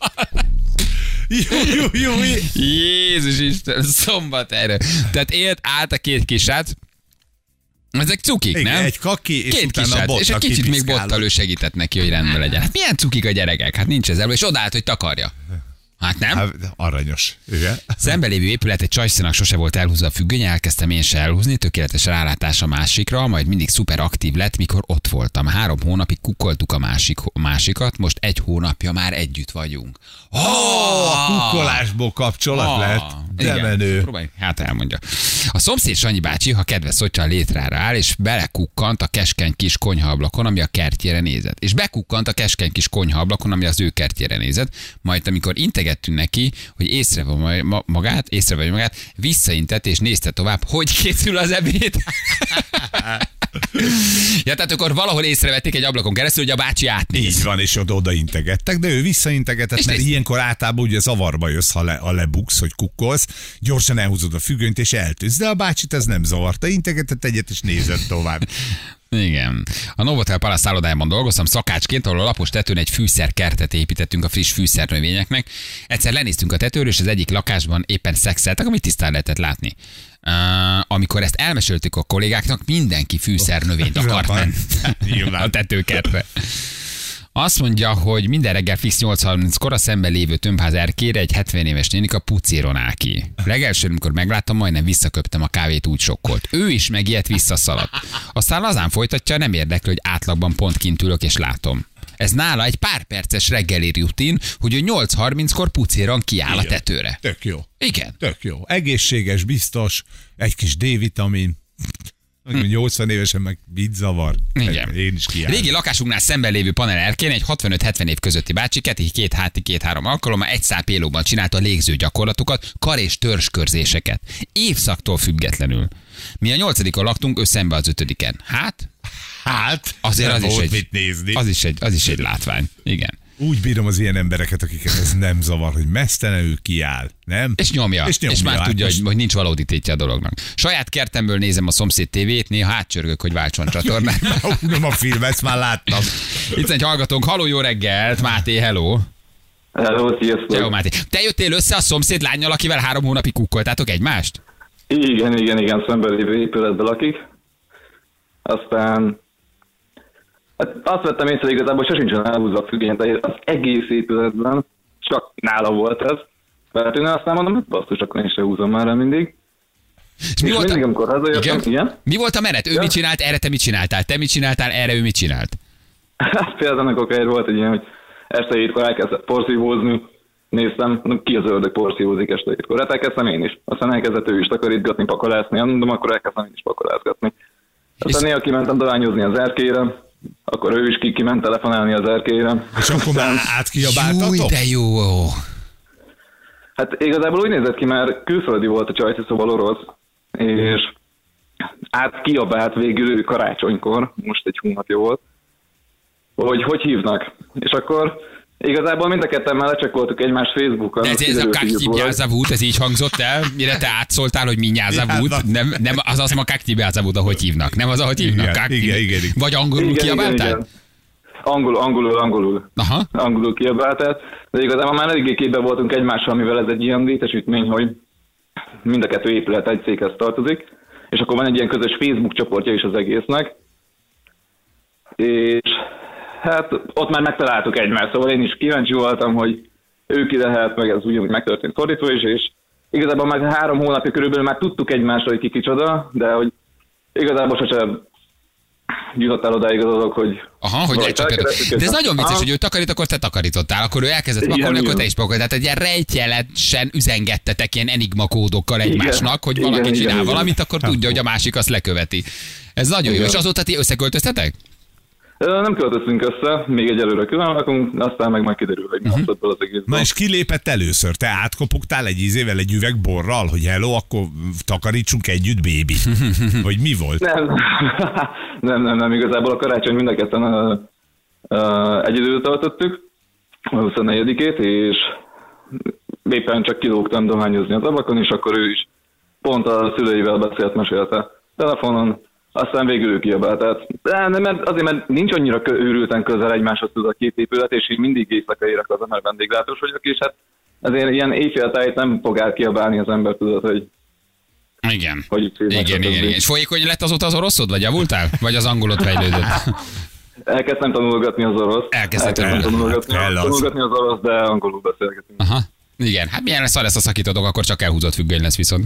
Jó. Jézus Isten, szombat erre. Tehát állt a 2 kisrác, ezek cukik, igen, nem? Egy kaki, és 2 utána és egy kicsit még bottal ő segített neki, hogy rendben legyen. Hát milyen cukik a gyerekek? Hát nincs ezzel, és odaállt, hogy takarja. Hát nem? Hát, aranyos. Igen. Szembe lévő épület egy csajszínak sose volt elhúzva a függöny, elkezdtem én se elhúzni, tökéletes rálátás a másikra, majd mindig szuper aktív lett, mikor ott voltam. 3 hónapig kukkoltuk a másikat, most 1 hónapja már együtt vagyunk. A kukkolásból kapcsolat lett. De menő. Próbálj, hát elmondja. A szomszéd Sanyi bácsi, ha kedves szottyal létrára áll, és belekukkant a keskeny kis konyhaablakon, ami a kertjére nézett. És bekukkant a keskeny kis konyhaablakon, ami az ő kertjére nézett. Majd amikor integettünk neki, hogy észrevegye magát, visszaintett és nézte tovább, hogy készül az ebéd. Ja, tehát akkor valahol észrevették egy ablakon keresztül, hogy a bácsi átnéz. Így van, és oda integettek, de ő visszaintegetett, és mert ilyenkor általában ugye zavarba jössz, ha lebuksz, hogy kukkolsz, gyorsan elhúzod a függönyt és eltűnsz, de a bácsit ez nem zavarta, integetett egyet és nézett tovább. Igen. A Novotel Palace szállodájában dolgoztam szakácsként, ahol a lapos tetőn egy fűszerkertet építettünk a friss fűszernövényeknek. Egyszer lenéztünk a tetőről, és az egyik lakásban éppen szexeltek, amit tisztán lehetett látni. Amikor ezt elmeséltük a kollégáknak, mindenki fűszernövényt akart menni a tetőkertbe. Azt mondja, hogy minden reggel fix 8:30-kor a szemben lévő tömbház erkére egy 70 éves nénika pucéron áll ki. Legelső, amikor megláttam, majdnem visszaköptem a kávét, úgy sokkolt. Ő is megijedt, visszaszaladt. Aztán lazán folytatja, nem érdekli, hogy átlagban pont kint ülök és látom. Ez nála egy pár perces reggeli rutin, hogy ő 8:30-kor pucéron kiáll a tetőre. Tök jó. Igen. Tök jó. Egészséges, biztos, egy kis D-vitamin. 80 évesen meg mit zavar. Igen. Én is kiállom. Régi lakásunknál szemben lévő panel erkén egy 65-70 év közötti bácsi két háti, 2-3 alkalommal egy szál pélóban csinálta a légző gyakorlatokat, kar- és törzskörzéseket. Évszaktól függetlenül. Mi a 8-on laktunk, ő szembe az 5-en. Hát, azért az is egy látvány. Igen. Úgy bírom az ilyen embereket, akiket ez nem zavar, hogy mesztelenül kiáll, nem? És nyomja. És már hát tudja, hogy nincs valódi tétje a dolognak. Saját kertemből nézem a szomszéd tévét, néha átcsörgök, hogy váltson csatornát. Nem a film, ezt már láttam. Itt egy hallgatónk. Halló, jó reggelt, Máté, hello. Hello, sziasztok. Jó, Máté. Te jöttél össze a szomszéd lánnyal, akivel 3 hónapig kukkoltátok egymást? Igen, szemben lévő épületben lakik. Aztán hát azt vettem észre igazából, hogy sosincsen elhúzva a függönyt az egész épületben, csak nála volt ez. Mert én aztán mondom, hogy basszus, akkor én sem húzom már el mindig. És mindig, amikor hazajöttem, igen? Mi volt a menet? Ő mit csinált, erre te mit csináltál? Te mit csináltál, erre ő mit csinált? Hát például ennek okáért volt egy ilyen, hogy este 7-kor elkezdett porszívózni, néztem, ki az ördög porszívózik este 7-kor. Hát elkezdtem én is. Aztán elkezdett ő is takarítgatni, pakolászni, mondom, akkor elkezdtem én is pakolázgatni. Aztán néha kimentem dohányozni az erkélyre, akkor ő is kiment telefonálni az erkélyre. És akkor már átkiabáltatok? Júj, de jó! Hát igazából úgy nézett ki, mert külföldi volt a csajci, szóval orosz, és átkiabált végül ő karácsonykor, most egy hónapja volt, hogy hívnak. És akkor igazából mind a ketten már lecsekkoltuk egymás Facebookon. Ez a kaktyibjázavút, ez így hangzott el, mire te átszóltál, hogy minyázavút. Nem az ma kaktyibjázavút, ahogy hívnak. Nem az, ahogy hívnak. Igen. Vagy angolul kiabáltál? Igen. Angolul. Aha. Angolul kiabáltál. De igazából már eléggé képben voltunk egymással, mivel ez egy ilyen létesítmény, hogy mind a kettő épület egy céghez tartozik, és akkor van egy ilyen közös Facebook csoportja is az egésznek. És hát ott már megtaláltuk egymást, szóval én is kíváncsi voltam, hogy ő ki lehet, meg ez ugyanúgy megtörtént fordítva is, és igazából már 3 hónapja körülbelül már tudtuk egymásra, hogy ki kicsoda, de hogy igazából sosem jutott el odáig az dolog, hogy... Aha, hogy egy csak... De ez nagyon vicces, hogy ő takarít, akkor te takarítottál, akkor ő elkezdett pakolni, akkor te is pakolj. Tehát egy ilyen rejtjelesen üzengettetek ilyen enigma kódokkal egymásnak, hogy valaki csinál valamit, akkor tudja, hogy a másik azt leköveti. Ez nagyon jó. És azóta ti összeköltöztetek? Nem költöztünk össze, még egyelőre külön lakunk, aztán meg majd kiderül, hogy másodból az egész. Na és ki lépett először? Te átkopogtál egy ízével egy üveg borral, hogy hello, akkor takarítsunk együtt, baby. Vagy mi volt? Nem, igazából a karácsony mind a ketten egyedül töltöttük, a 24-ét, és éppen csak kilógtam dohányozni az ablakon, és akkor ő is pont a szüleivel beszélt, mesélte telefonon, aztán végül ő kiabált. Mert nincs annyira őrülten közel egymáshoz tud a két épület, és így mindig éjszaka érek haza, mert vendéglátós vagyok, és hát azért ilyen éjféltájt nem fog kiabálni az ember, tudod, hogy... Igen. Hogy Igen. És folyékony lett azóta az oroszod, vagy javultál? Vagy az angolot fejlődött? Elkezdtem tanulgatni az orosz. Elkezdtem tanulgatni az orosz, de angolul beszélgetünk. Aha. Igen, hát milyen szar lesz a szakítódok, akkor csak elhúzott függöny lesz viszont.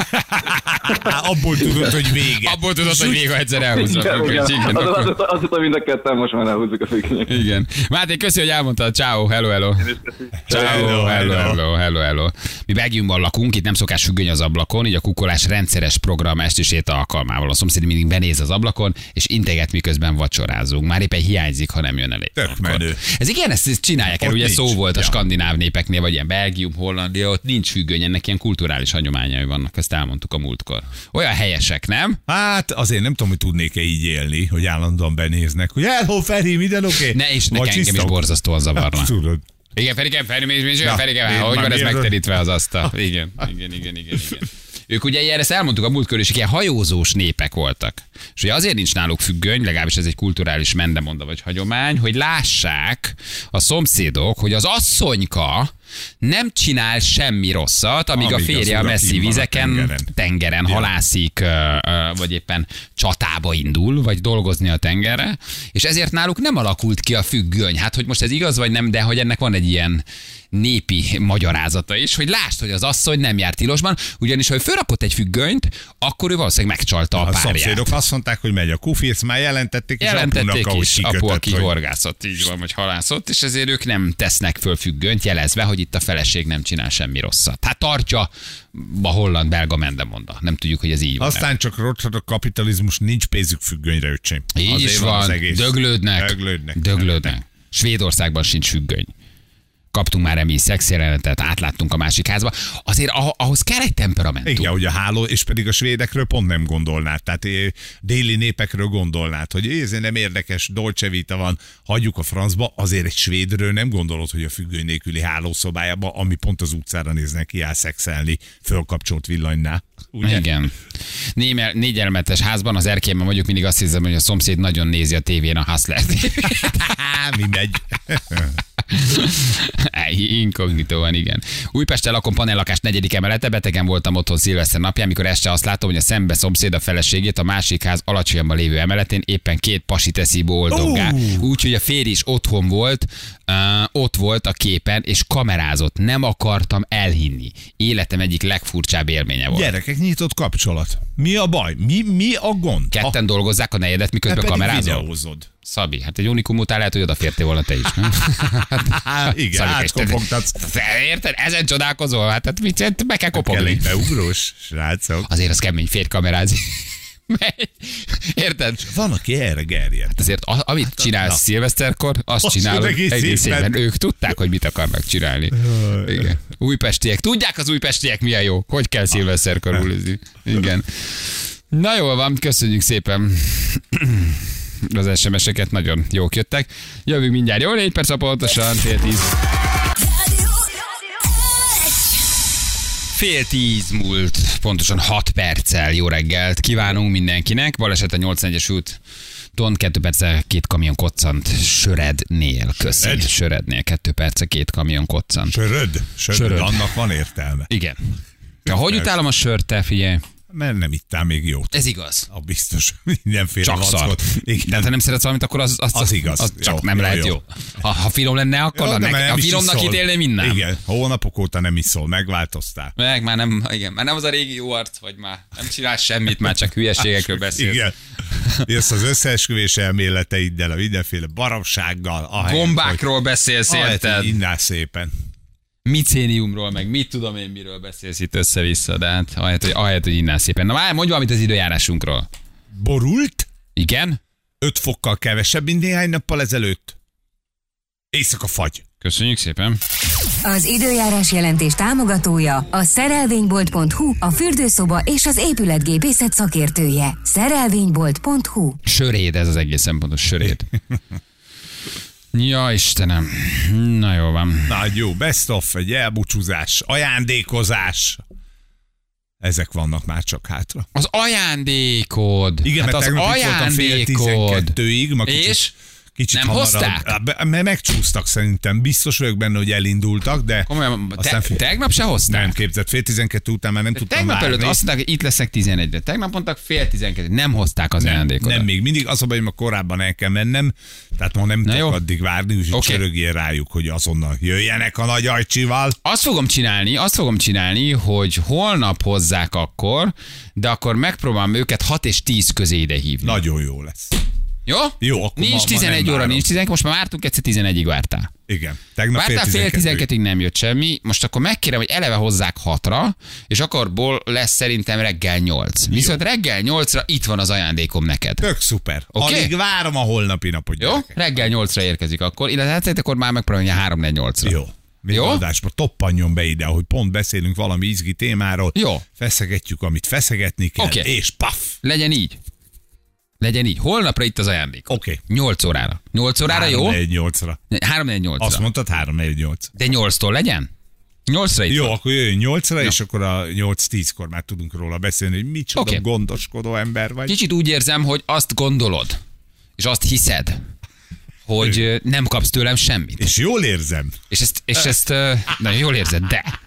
Abból tudod, hogy vége. Abból tudod, hogy vége, ha egyszer elhúzott a függöny. Igen, azt hittem, mind a ketten most már elhúzzuk a függönyet. Igen. Máté, köszi, hogy elmondtad. Ciao, hello. Ciao, hello. Mi Belgiumban lakunk, itt nem szokás függöny az ablakon, így a kukolás rendszeres program esti séta alkalmával. A szomszéd mindig benéz az ablakon, és integet, miközben vacsorázunk. Már éppen hiányzik, ha nem jön elé. Tök menő. Ez igen, ezt csinálják el, Ott ugye nincs. szó volt a Ja. skandináv népeknél, vagy ilyen Belgium, Hollandia, ott nincs függöny, ennek ilyen kulturális hagyományai vannak, ezt elmondtuk a múltkor. Olyan helyesek, nem? Hát azért nem tudom, hogy tudnék-e így élni, hogy állandóan benéznek, hogy hello Feri, minden oké? Ne, és Vagy engem is tiszta- borzasztóan zavarna. Hát, tudod. Igen, Ferike, Ja, Ferike, én hogy már van ez miért- megterítve az asztal? Igen. Ők ugye ilyen, ezt elmondtuk a múltkor is, ilyen hajózós népek voltak. És ugye azért nincs náluk függöny, legalábbis ez egy kulturális mendemonda vagy hagyomány, hogy lássák a szomszédok, hogy az asszonyka nem csinál semmi rosszat, amíg a Amíg az férje a ura messzi kint van a vizeken, tengeren Ja. halászik, vagy éppen csatába indul, vagy dolgozni a tengerre, és ezért náluk nem alakult ki a függöny. Hát, hogy most ez igaz, vagy nem, de hogy ennek van egy ilyen népi magyarázata is, hogy lásd, hogy az asszony nem jár tilosban, ugyanis ha ő fölrakott egy függönyt, akkor ő valószínűleg megcsalta a A párját. szomszédok azt mondták, hogy megy a kufi, ezt már jelentették, és apunak, ahogy is, apu, kikötött, aki hogy- horgászott, így van, vagy halászott, és ezért ők nem tesznek föl függönyt, jelezve, hogy itt a feleség nem csinál semmi rosszat. Hát tartja a holland-belga mendemonda. Nem tudjuk, hogy ez így van. Aztán csak rothad a kapitalizmus, nincs pénzük függönyre, öcsém. Így Azért is az van, egész. döglődnek. Svédországban sincs függöny. Kaptunk már emi szexjelenetet, átláttunk a másik házba. Azért ahhoz kell egy temperamentum. Igen, hogy a háló, és pedig a svédekről pont nem gondolnád. Tehát déli népekről gondolnád, hogy ez nem érdekes, Dolce Vita van, hagyjuk a francba, azért egy svédről nem gondolod, hogy a függöny nélküli hálószobájába, ami pont az utcára néznek ki, áll szexelni, fölkapcsolt villanynál. Ugye? Igen. Négy elemetes házban, az erkélyben vagyok, mindig azt hiszem, hogy a szomszéd nagyon nézi a tévén a Hustler tévét. Mi megy? Inkognitó van, igen. Újpesten lakom, panellakás 4. emelete, betegen voltam otthon szilveszter napján, amikor este azt látom, hogy a szembe szomszéd a feleségét a másik ház alacsonyabban lévő emeletén éppen 2 pasi teszi boldoggá. Úgyhogy a férj is otthon volt, ott volt a képen, és kamerázott. Nem akartam elhinni. Életem egyik legfurcsább élménye volt. Gyerekek, nyitott kapcsolat. Mi a baj? Mi a gond? Ketten dolgozzák a negyedet, miközben kamerázol? Videózod. Szabi, hát egy unikum után lehet, hogy odafértél volna te is, nem? Igen, Szabi, átkopogtatsz. Érted? Ezen csodálkozol? Hát mit be kell Kell kopogni. egy beugrós, srácok. Azért az kemény férj kamerázni. Érted? Van, aki erre gerjed. Azért amit csinálsz na. szilveszterkor, azt Azt csinálod egész egész évben. évben. Ők tudták, hogy mit akarnak csinálni. Igen. Újpestiek. Tudják az újpestiek milyen jó. Hogy kell szilveszterkor ulizni. Igen. Na jól van, köszönjük szépen. Az SMS-eket nagyon jók jöttek. Jövünk mindjárt. Jó, 4 perc a pontosan, 9:10. 9:30 múlt, pontosan 6 perccel. Jó reggelt kívánunk mindenkinek. Baleset a 81-es úton 2 perccel 2 kamion koccant Sörednél. Köszönjük. Sörednél 2 perccel 2 kamion koccant. Söröd. Annak van értelme. Igen. Hogy utálom a sört, te figyelj? Mert nem ittál még jót. Ez igaz. A biztos mindenféle Csak szar. vackot. Igen. De ha nem szeretsz valamit, akkor az igaz. Az csak Jó, nem jó, lehet jó. jó. Ha finom lenne, akkor Jó, de a nem is finomnak iszol. ítélném minden. Igen, hónapok óta nem iszol, megváltoztál. Meg már nem, igen, már nem az a régi jó arc, vagy már nem csinálsz semmit, már csak hülyeségekről beszélsz. Igen. Jössz az összeesküvés elméleteiddel, a mindenféle baromsággal. Gombákról beszélsz, érted? hogy innál szépen. Micéniumról, meg mit tudom én, miről beszélsz itt össze-vissza, de hát ahelyett, hogy innál szépen. Na mondj valamit az időjárásunkról. Borult? Igen? 5 fokkal kevesebb, mint néhány nappal ezelőtt. Éjszaka fagy. Köszönjük szépen. Az időjárás jelentés támogatója a szerelvénybolt.hu, a fürdőszoba és az épületgépészet szakértője. Szerelvénybolt.hu. Söréd, ez az egész szempontos söréd. Ja, Istenem. Na jó van. Na jó, best of, egy elbúcsúzás, ajándékozás. Ezek vannak már csak hátra. Az ajándékod. Igen, hát mert az tegnap itt voltam fél ajándékod. 12-ig, ma És? Kicsit Nem hozták? Mert megcsúsztak szerintem. Biztos vagyok benne, hogy elindultak, de... Komolyan, tegnap se hozták? Nem képzett, 10:12 után már nem tudtam Tegnap várni. előtt azt mondták, hogy itt leszek 11-re. Tegnap mondtak 10:30. Nem hozták az ajándékot. Nem, még mindig az a baj, hogy ma korábban el kell mennem, tehát ma nem tudok jó. addig várni, úgyhogy Oké. csörögjél rájuk, hogy azonnal jöjjenek a nagy ajcsival. Azt fogom csinálni, hogy holnap hozzák akkor, de akkor megpróbálom őket 6 és 10 közé ide hívni. Nagyon jó lesz. Jó? Jó, akkor Nincs ma 11 nem óra, várom. nincs 11, most már vártunk, egyszer 11-ig vártál. Igen. Tegnap Vártál fél 12-ig. 12-ig nem jött semmi, most akkor megkérem, hogy eleve hozzák 6-ra, és akkorból lesz szerintem reggel 8. Viszont reggel 8-ra itt van az ajándékom neked. Tök szuper. Oké? Alig várom a holnapi napot. Jó? gyerekek. Reggel 8-ra érkezik akkor, illetve akkor már megpróbálom 3-4-8-ra. Jó. Még Jó? adásba toppanjon be ide, hogy pont beszélünk valami izgi témáról. Jó. Feszegetjük, amit feszegetni kell, Oké. és paf! Legyen így. Legyen így. Holnapra itt az ajándék. Oké. 8 órára. 8 órára jó? 3-4-8-ra. 3-4-8-ra. Azt mondtad 3-4-8. De 8-tól legyen? 8-ra itt Jó, van. akkor jöjjön 8-ra, és akkor a 8-10-kor már tudunk róla beszélni, hogy micsoda Oké. gondoskodó ember vagy. Kicsit úgy érzem, hogy azt gondolod, és azt hiszed, hogy nem kapsz tőlem semmit. És jól érzem. És ezt nagyon jól érzed,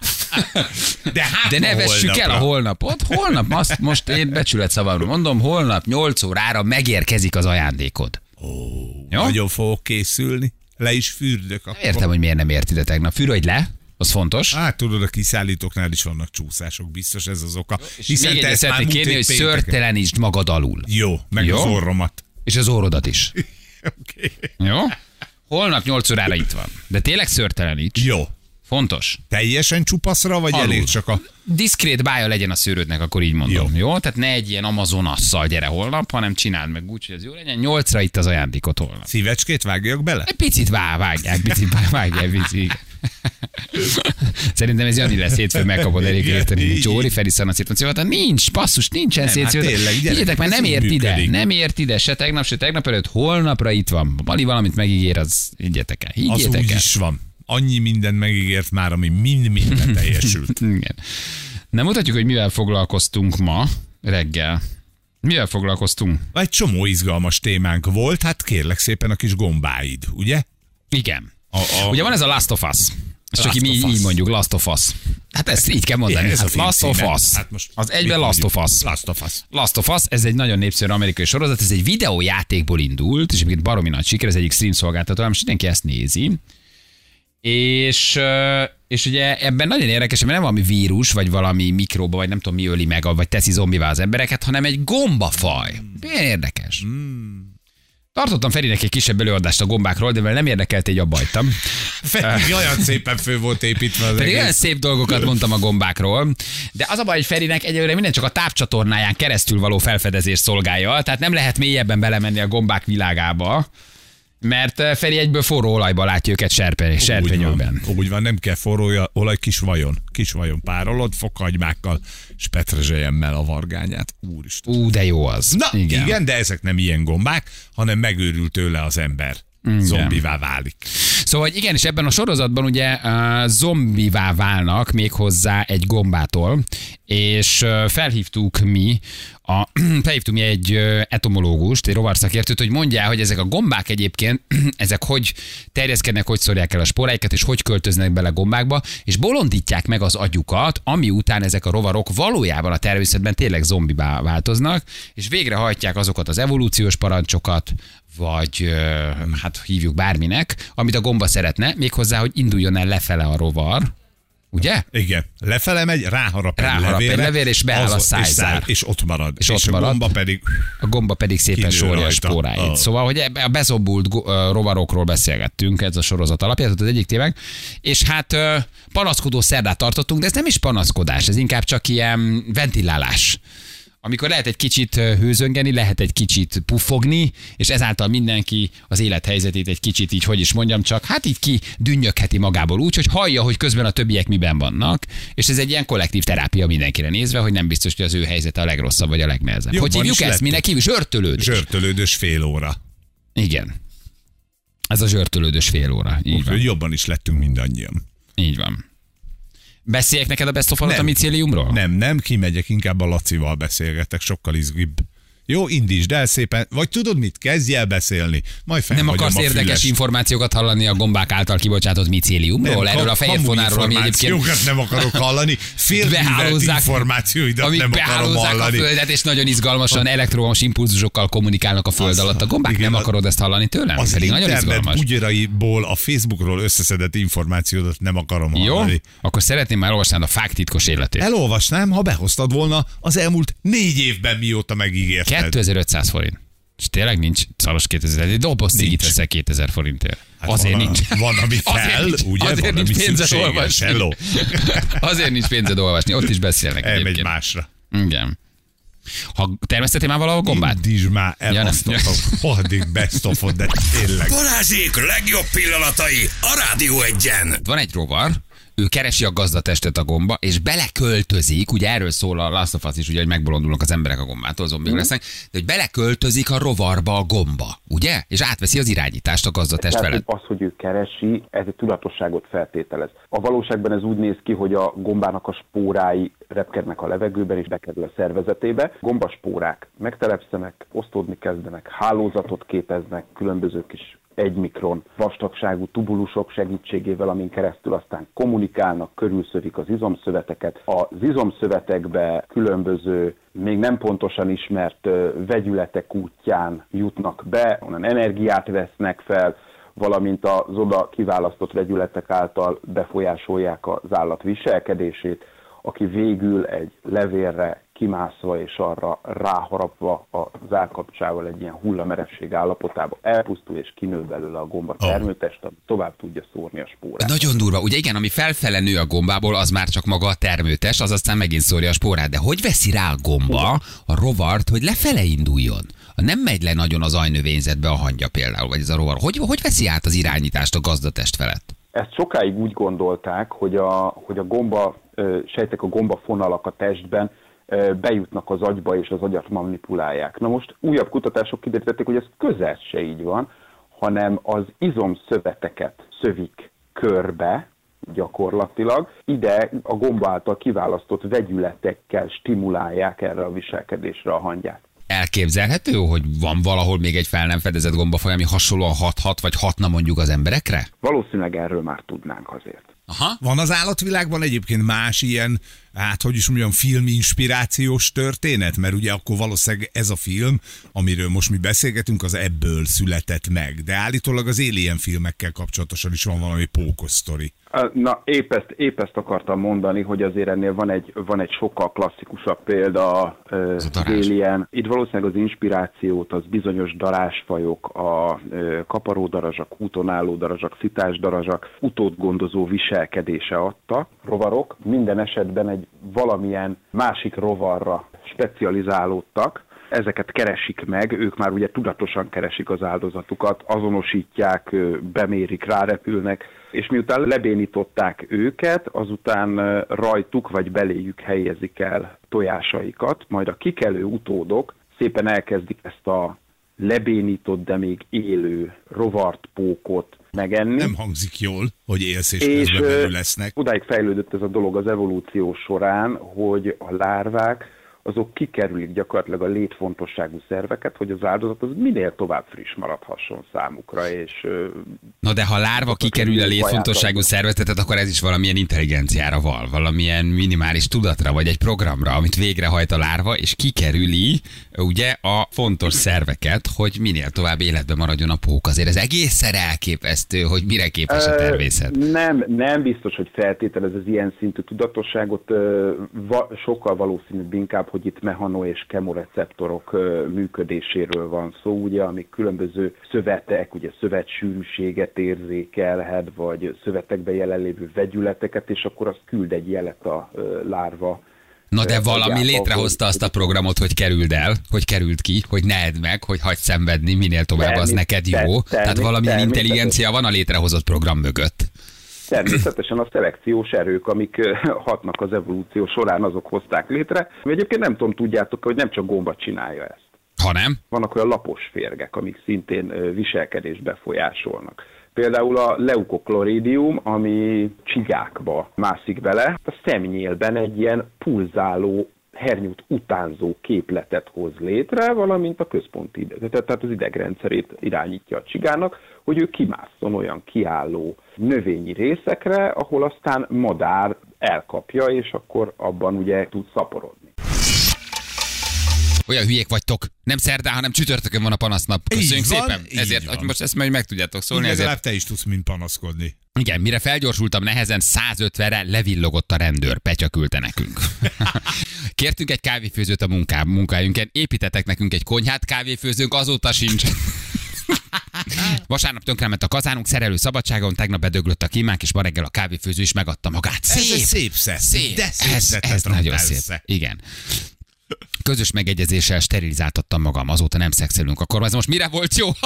De hát de ne ma vessük el a holnapra. holnapot. Holnap, azt most én becsület szavamról mondom, holnap 8 órára megérkezik az ajándékod. Jó? Nagyon fogok készülni. Le is fürdök akkor. Értem, hogy miért nem érted tegnap. Fürödj le, az fontos. Hát tudod, a kiszállítóknál is vannak csúszások, biztos ez az oka. És még egyet szeretnék kérni, hogy szörtelenítsd magad alul. Jó, meg Jó? az orromat. És az orrodat is. Oké. Jó? Holnap 8 órára itt van. De tényleg szörteleníts. Jó. Fontos. Teljesen csupaszra, vagy Alul. elég csak a... Diszkrét bája legyen a szőrödnek, akkor így mondom. Jó? Tehát ne egy ilyen amazonasszal gyere holnap, hanem csináld meg úgy, hogy ez jó legyen. 8-ra itt az ajándékot holnap. Szívecskét vágjak bele? Egy picit vágják, picit. Szerintem ez Jani lesz hétfőn, megkapod elég érteni. Csóri, Feri, Szanaszét, nincs, basszus, nincsen Nem, hát szétszőt. tényleg, gyerek, Higgyetek, mert ez nem így ért ide, működik. nem ért ide, se tegnap előtt, holnapra itt van. Mali valamit megígér, az higgyetek el, Az higgyetek úgy el. is van. Annyi mindent megígért már, ami mind teljesült. Igen. Nem mutatjuk, hogy mivel foglalkoztunk ma reggel. Mivel foglalkoztunk? Egy csomó izgalmas témánk volt, hát kérlek szépen a kis gombáid, ugye? Igen. A- Ugye van ez a Last of Us. Ezt csak Last mi of Us. így mondjuk, Last of Us. Hát ezt így kell mondani. Igen, ez a Hát film Last of címe. Us. Hát most Az egyben mit Last of mondjuk? Us. Last of Us. Last of Us, ez egy nagyon népszerű amerikai sorozat, ez egy videójátékból indult, és egyébként baromi nagy siker, ez egyik stream szolgáltató, most mindenki ezt nézi. És ugye ebben nagyon érdekes, mert nem valami vírus, vagy valami mikróba, vagy nem tudom mi öli meg, vagy teszi zombivá az embereket, hanem egy gombafaj. Milyen érdekes. Tartottam Ferinek egy kisebb előadást a gombákról, de mivel nem érdekelt, így abba hagytam. Pedig olyan szépen fő volt építve az Pedig olyan egész. szép dolgokat mondtam a gombákról, de az a baj, hogy Ferinek egyelőre minden csak a tápcsatornáján keresztül való felfedezés szolgálja, tehát nem lehet mélyebben belemenni a gombák világába, mert Feri egyből forró olajba látja őket serpenyőben. Úgy van, nem kell forró olaj, kis vajon párolod, fokhagymákkal, és petrezselyemmel a vargányát. Úristen. De jó az. Na, igen, de ezek nem ilyen gombák, hanem megőrült tőle az ember. Zombivá válik. Szóval igen, és ebben a sorozatban ugye zombivá válnak méghozzá egy gombától, és felhívtuk mi egy etomológust, egy rovarszakértőt, hogy mondja, hogy ezek a gombák egyébként, ezek hogy terjeszkednek, hogy szórják el a sporáikat, és hogy költöznek bele gombákba, és bolondítják meg az agyukat, ami után ezek a rovarok valójában a természetben tényleg zombivá változnak, és végrehajtják azokat az evolúciós parancsokat, vagy hát hívjuk bárminek, amit a gomba szeretne, méghozzá, hogy induljon el lefele a rovar, ugye? Igen. Lefele megy, ráharap egy levélre, és beáll a szájzár. És ott marad. És ott a marad. gomba pedig szépen kinő sorja a rajta. spóráit. Szóval, hogy a bezombult rovarokról beszélgettünk, ez a sorozat alapján, az egyik témánk, és hát panaszkodó szerdát tartottunk, de ez nem is panaszkodás, ez inkább csak ilyen ventilálás. Amikor lehet egy kicsit hőzöngeni, lehet egy kicsit puffogni, és ezáltal mindenki az élethelyzetét egy kicsit így, hogy is mondjam, csak hát így ki dünnyögheti magából úgy, hogy hallja, hogy közben a többiek miben vannak, és ez egy ilyen kollektív terápia mindenkire nézve, hogy nem biztos, hogy az ő helyzete a legrosszabb vagy a legnehezebb. Jobban Hogy hívjuk is ezt? lettünk. Minek hívjuk? Zsörtölődés. Zsörtölődős fél óra. Igen. Ez a zsörtölődős fél óra. Így van. Úgyhogy jobban is lettünk mindannyian. Így van. Beszéljek neked a Best of Nem. a micéliumról? Nem, kimegyek, inkább a Lacival beszélgetek, sokkal izgibb. Jó, indítsd el szépen, vagy tudod mit, kezdj el beszélni, majd Nem felhagyom akarsz a érdekes fülest. információkat hallani a gombák által kibocsátott micéliumról, erről a fejérfonáról, ami egyébként információkat nem akarok hallani, félművelt információidat amik nem akarom behálozzák a hallani. Földet, és nagyon izgalmasan elektromos impulzusokkal kommunikálnak a Föld alatt. A gombák igen, nem akarod ezt hallani tőlem? Az Pedig nagyon internet izgalmas. bugyraiból a Facebookról összeszedett információdat nem akarom Jó? hallani. Akkor szeretném már olvasni a fák titkos életét. Elolvasnám, ha behoztad volna az elmúlt 4 évben, mióta megígérted. 2500 forint. És tényleg nincs szaros 2000. Egy doboz cigit veszek 2000 forintért. Hát Azért van, nincs. Van, ami kell, ugye? Azért Van, nincs ami pénzed szükséges. olvasni. Hello. Azért nincs pénzed olvasni. Ott is beszélnek Elmegy egyébként. másra. Igen. Ha termesztettél már valahol gombát? Indítsd már el Ja, nem. azt a addig best of de tényleg. Balázsék legjobb pillanatai a Rádió Egyen. Van egy rovar, ő keresi a gazdatestet a gomba, és beleköltözik, ugye erről szól a Last of Us is, ugye, hogy megbolondulnak az emberek a gombától, zombik lesznek, de hogy beleköltözik a rovarba a gomba, ugye? És átveszi az irányítást a gazdatest Tehát felett. az, hogy ő keresi, ez egy tudatosságot feltételez. A valóságban ez úgy néz ki, hogy a gombának a spórái repkednek a levegőben és bekerül a szervezetébe. Gombaspórák megtelepszenek, osztódni kezdenek, hálózatot képeznek, különböző kis 1 mikron vastagságú tubulusok segítségével, amin keresztül aztán kommunikálnak, körülszövik az izomszöveteket. Az izomszövetekbe különböző, még nem pontosan ismert vegyületek útján jutnak be, onnan energiát vesznek fel, valamint az oda kiválasztott vegyületek által befolyásolják az állat viselkedését, aki végül egy levélre kimászva és arra ráharapva az állkapcsával egy ilyen hullamerevség állapotába elpusztul és kinő belőle a gomba termőtest, ami tovább tudja szórni a spórát. Nagyon durva. Ugye igen, ami felfele nő a gombából, az már csak maga a termőtest, az aztán megint szórja a spórát. De hogy veszi rá a gomba a rovart, hogy lefele induljon? Nem megy le nagyon az ajnövényzetbe a hangya például, vagy ez a rovar. Hogy veszi át az irányítást a gazdatest felett? Ezt sokáig úgy gondolták, hogy a gomba sejtek, a gombafonalak a testben bejutnak az agyba és az agyat manipulálják. Na most újabb kutatások kiderítették, hogy ez közel se így van, hanem az izomszöveteket szövik körbe gyakorlatilag. Ide a gomba által kiválasztott vegyületekkel stimulálják erre a viselkedésre a hangyát. Elképzelhető, hogy van valahol még egy fel nem fedezett gombafaj, ami hasonlóan hathat, vagy hatna mondjuk az emberekre? Valószínűleg erről már tudnánk azért. Aha. Van az állatvilágban egyébként más ilyen, hát hogy is mondjam, filminspirációs történet? Mert ugye akkor valószínűleg ez a film, amiről most mi beszélgetünk, az ebből született meg. De állítólag az Alien filmekkel kapcsolatosan is van valami pókosztori. Na, épp ezt akartam mondani, hogy azért ennél van egy sokkal klasszikusabb példa, az Alien. Itt valószínűleg az inspirációt az bizonyos darázsfajok, a kaparódarazsak, útonálló darazsak, szitásdarazsak utódgondozó viselkedése adta. Rovarok minden esetben egy valamilyen másik rovarra specializálódtak. Ezeket keresik meg, ők már ugye tudatosan keresik az áldozatukat, azonosítják, bemérik, rárepülnek, és miután lebénították őket, azután rajtuk vagy beléjük helyezik el tojásaikat, majd a kikelő utódok szépen elkezdik ezt a lebénított, de még élő rovart, pókot megenni. Nem hangzik jól, hogy élsz és közben belül lesznek. Odáig fejlődött ez a dolog az evolúció során, hogy a lárvák azok kikerülik gyakorlatilag a létfontosságú szerveket, hogy az áldozat az minél tovább friss maradhasson számukra, és... Na de ha lárva kikerül a létfontosságú szervezetet, akkor ez is valamilyen intelligenciára val, valamilyen minimális tudatra, vagy egy programra, amit végrehajt a lárva, és kikerüli ugye a fontos szerveket, hogy minél tovább életben maradjon a pók. Azért ez egészen elképesztő, hogy mire képes a természet. Nem biztos, hogy feltételez az ilyen szintű tudatosságot, sokkal valószínűbb inkább, hogy itt mechano- és kemoreceptorok működéséről van szó, ugye, amik különböző szövetek, ugye szövetsűrűséget érzékelhet, vagy szövetekben jelenlévő vegyületeket, és akkor az küld egy jelet a lárva. Na de valami létrehozta azt a programot, hogy kerüld el, hogy kerüld ki, hogy ne edd meg, hogy hagyd szenvedni, minél tovább az neked jó. Tehát valamilyen intelligencia van a létrehozott program mögött. Természetesen a szelekciós erők, amik hatnak az evolúció során, azok hozták létre. Egyébként nem tudom, tudjátok, hogy nem csak gomba csinálja ezt. Ha nem? Vannak olyan lapos férgek, amik szintén viselkedést befolyásolnak. Például a leukochloridium, ami csigákba mászik bele, a szemnyélben egy ilyen pulzáló hernyót utánzó képletet hoz létre, valamint a központi tehát az idegrendszerét irányítja a csigának, hogy ő kimásszon olyan kiálló növényi részekre, ahol aztán madár elkapja, és akkor abban ugye tud szaporodni. Olyan hülyék vagytok. Nem szerdán, hanem csütörtökön van a panasznap. Köszönjük szépen. Ezért, hogy most ezt majd meg tudjátok szólni. Legalább te is tudsz mind panaszkodni. Igen, mire felgyorsultam nehezen, 150-re levillogott a rendőr. Petya küldte nekünk. Kértünk egy kávéfőzőt a munkájunken, építettek nekünk egy konyhát, kávéfőzőnk azóta sincs. Vasárnap tönkrement a kazánunk, szerelő szabadságon, tegnap bedöglött a kímánk, és ma reggel a kávéfőző is megadta magát. Szép! Szép. De Ez nagyon szép. Igen. Közös megegyezéssel sterilizáltattam magam, azóta nem szexelünk. Akkor ez most mire volt jó?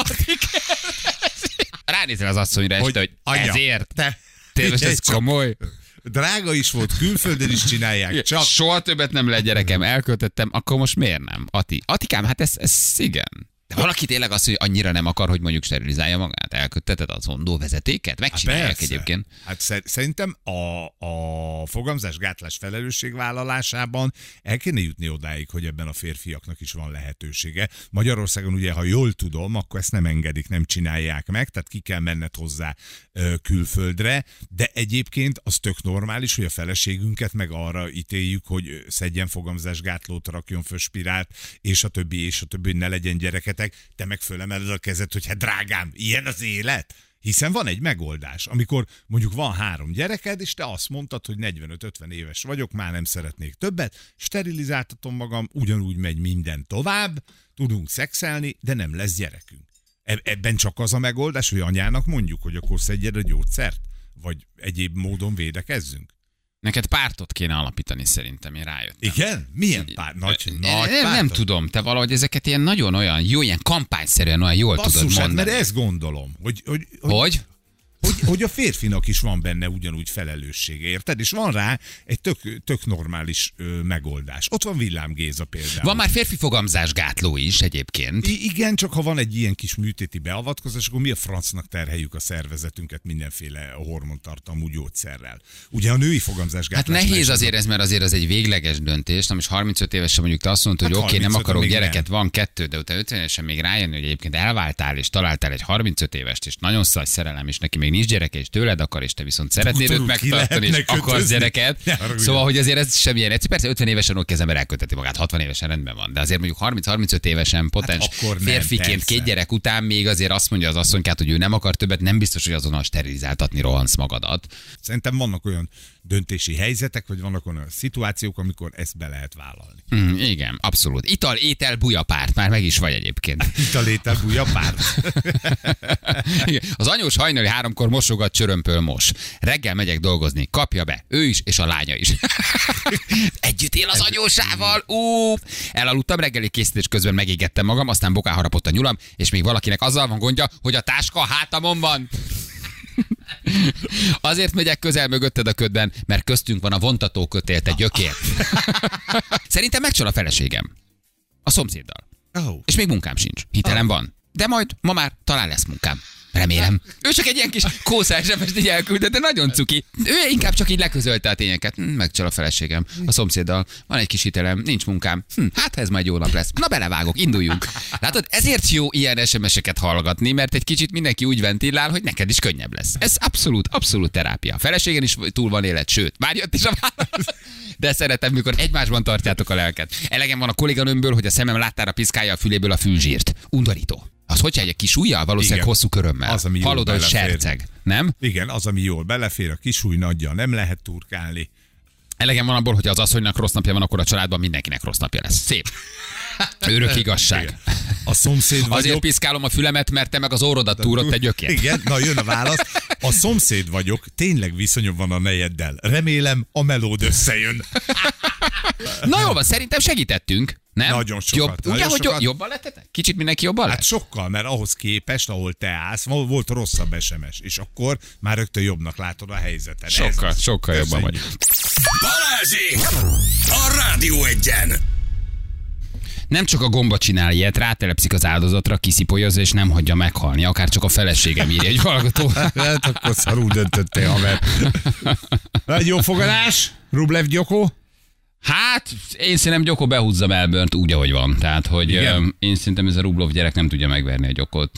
Ránézel az asszonyra este, hogy anya, ezért. Te. Tényleg ez komoly. Drága is volt, külföldön is csinálják. Csak. Soha többet nem lehet gyerekem, elköltöttem, akkor most miért nem? Atikám, hát ez igen. De valaki tényleg azt, hogy annyira nem akar, hogy mondjuk sterilizálja magát? Elkötteted az ondó vezetéket? Megcsinálják egyébként. Hát szerintem a fogamzásgátlás felelősségvállalásában el kéne jutni odáig, hogy ebben a férfiaknak is van lehetősége. Magyarországon ugye, ha jól tudom, akkor ezt nem engedik, nem csinálják meg, tehát ki kell menned hozzá külföldre, de egyébként az tök normális, hogy a feleségünket meg arra ítéljük, hogy szedjen fogamzásgátlót, rakjon föl spirált, és a többi, hogy ne legyen gyereket. Te meg fölemeled a kezed, hogy hát drágám, ilyen az élet? Hiszen van egy megoldás, amikor mondjuk van 3 gyereked, és te azt mondtad, hogy 45-50 éves vagyok, már nem szeretnék többet, sterilizáltatom magam, ugyanúgy megy minden tovább, tudunk szexelni, de nem lesz gyerekünk. Ebben csak az a megoldás, hogy anyának mondjuk, hogy akkor szedjed a gyógyszert, vagy egyéb módon védekezzünk. Neked pártot kéne alapítani szerintem, én rájöttem. Igen? Milyen párt? Nagy nem tudom, te valahogy ezeket ilyen nagyon olyan, jó, ilyen kampányszerűen olyan jól tudod mondani. Mert ezt gondolom, hogy a férfinak is van benne ugyanúgy felelőssége, érted? És van rá egy tök normális megoldás. Ott van Villám Géza például. Van már férfi fogamzásgátló is egyébként. Igen, csak ha van egy ilyen kis műtéti beavatkozás, akkor mi a francnak terheljük a szervezetünket mindenféle hormontartalmú gyógyszerrel. Ugye a női fogamzásgátlás... Hát nehéz azért ez, mert azért az egy végleges döntés. Na most 35 évesen mondjuk te azt mondtad, hogy oké, nem akarok gyereket, nem. Van 2, de utána 50 évesen még rájönni, hogy egyébként elváltál és találtál egy 35 évest, és nagyon szaj szerelem, és neki még nincs gyereke, és tőled akar, és te viszont szeretnéd őt megtartani, és akarsz gyereket. Szóval, hogy azért ez semmilyen egyszerű. Persze 50 évesen ott kezembe elköteti magát, 60 évesen rendben van, de azért mondjuk 30-35 évesen potens férfiként 2 gyerek után még azért azt mondja az asszonykát, hogy ő nem akar többet, nem biztos, hogy azonnal sterilizáltatni rohansz magadat. Szerintem vannak olyan döntési helyzetek, vagy vannak olyan szituációk, amikor ezt be lehet vállalni. Igen, abszolút. Ital, étel, bujapárt, már meg is vagy egyébként. Ital, étel, bujapárt. Az anyós hajnali 3-kor mosogat, csörömpöl mos. Reggel megyek dolgozni, kapja be, ő is, és a lánya is. Együtt él az anyósával, Elaludtam, reggeli készítés közben megégettem magam, aztán bokán harapott a nyulam, és még valakinek azzal van gondja, hogy a táska a hátamon van. Azért megyek közel mögötted a ködben, mert köztünk van a vontatókötél, te gyökér. Szerintem megcsal a feleségem. A szomszéddal. És még munkám sincs. Hitelem van. De majd ma már talán lesz munkám. Remélem. Ő csak egy ilyen kis kószás SMS-t így elküldött, de nagyon cuki. Ő inkább csak így leközölte a tényeket. Megcsal a feleségem. A szomszéddal. Van egy kis hitelem, nincs munkám. Hát ez majd jó nap lesz. Na belevágok, induljunk. Látod, ezért jó ilyen SMS-eket hallgatni, mert egy kicsit mindenki úgy ventilál, hogy neked is könnyebb lesz. Ez abszolút terápia. A feleségen is túl van élet, sőt, már jött is a válasz. De szeretem, mikor egymásban tartjátok a lelket. Elegem van a kolléganőmből, hogy a szemem láttára piszkálja a füléből a fülzsírt. Undorító. Az hogy egy kis ujjal? Valószínűleg igen. Hosszú körömmel. Az, ami hallod, hogy serceg, nem? Igen, az, ami jól belefér, a kis ujj nagyja, nem lehet turkálni. Elegem van abból, hogy az asszonynak rossz napja van, akkor a családban mindenkinek rossz napja lesz. Szép. Örök igazság. Igen. A szomszéd vagyok. Azért piszkálom a fülemet, mert te meg az órodat túrod, te gyökér. Igen, na jön a válasz. A szomszéd vagyok, tényleg viszonyom van a nejeddel. Remélem, a melód összejön. Na jó van, szerintem segítettünk. Nem? Nagyon sokat. Ugye, hogy jobban lettetek? Kicsit mindenki jobban lett? Hát sokkal, mert ahhoz képest, ahol te állsz, volt rosszabb SMS, és akkor már rögtön jobbnak látod a helyzetet. Sokkal jobban vagy. Balázsék! A Rádió Egyen! Nem csak a gomba csinál ilyet, rátelepszik az áldozatra, kiszipolyozza és nem hagyja meghalni. Akár csak a feleségem írja egy hallgató. Hát akkor szarul döntöttél, haver. Egy jó fogadás, Rublev Gyokó. Hát, én szerintem Gyoko behúzza Melbourne-t úgy, ahogy van. Tehát, hogy én szerintem ez a Rublov gyerek nem tudja megverni a Gyokot.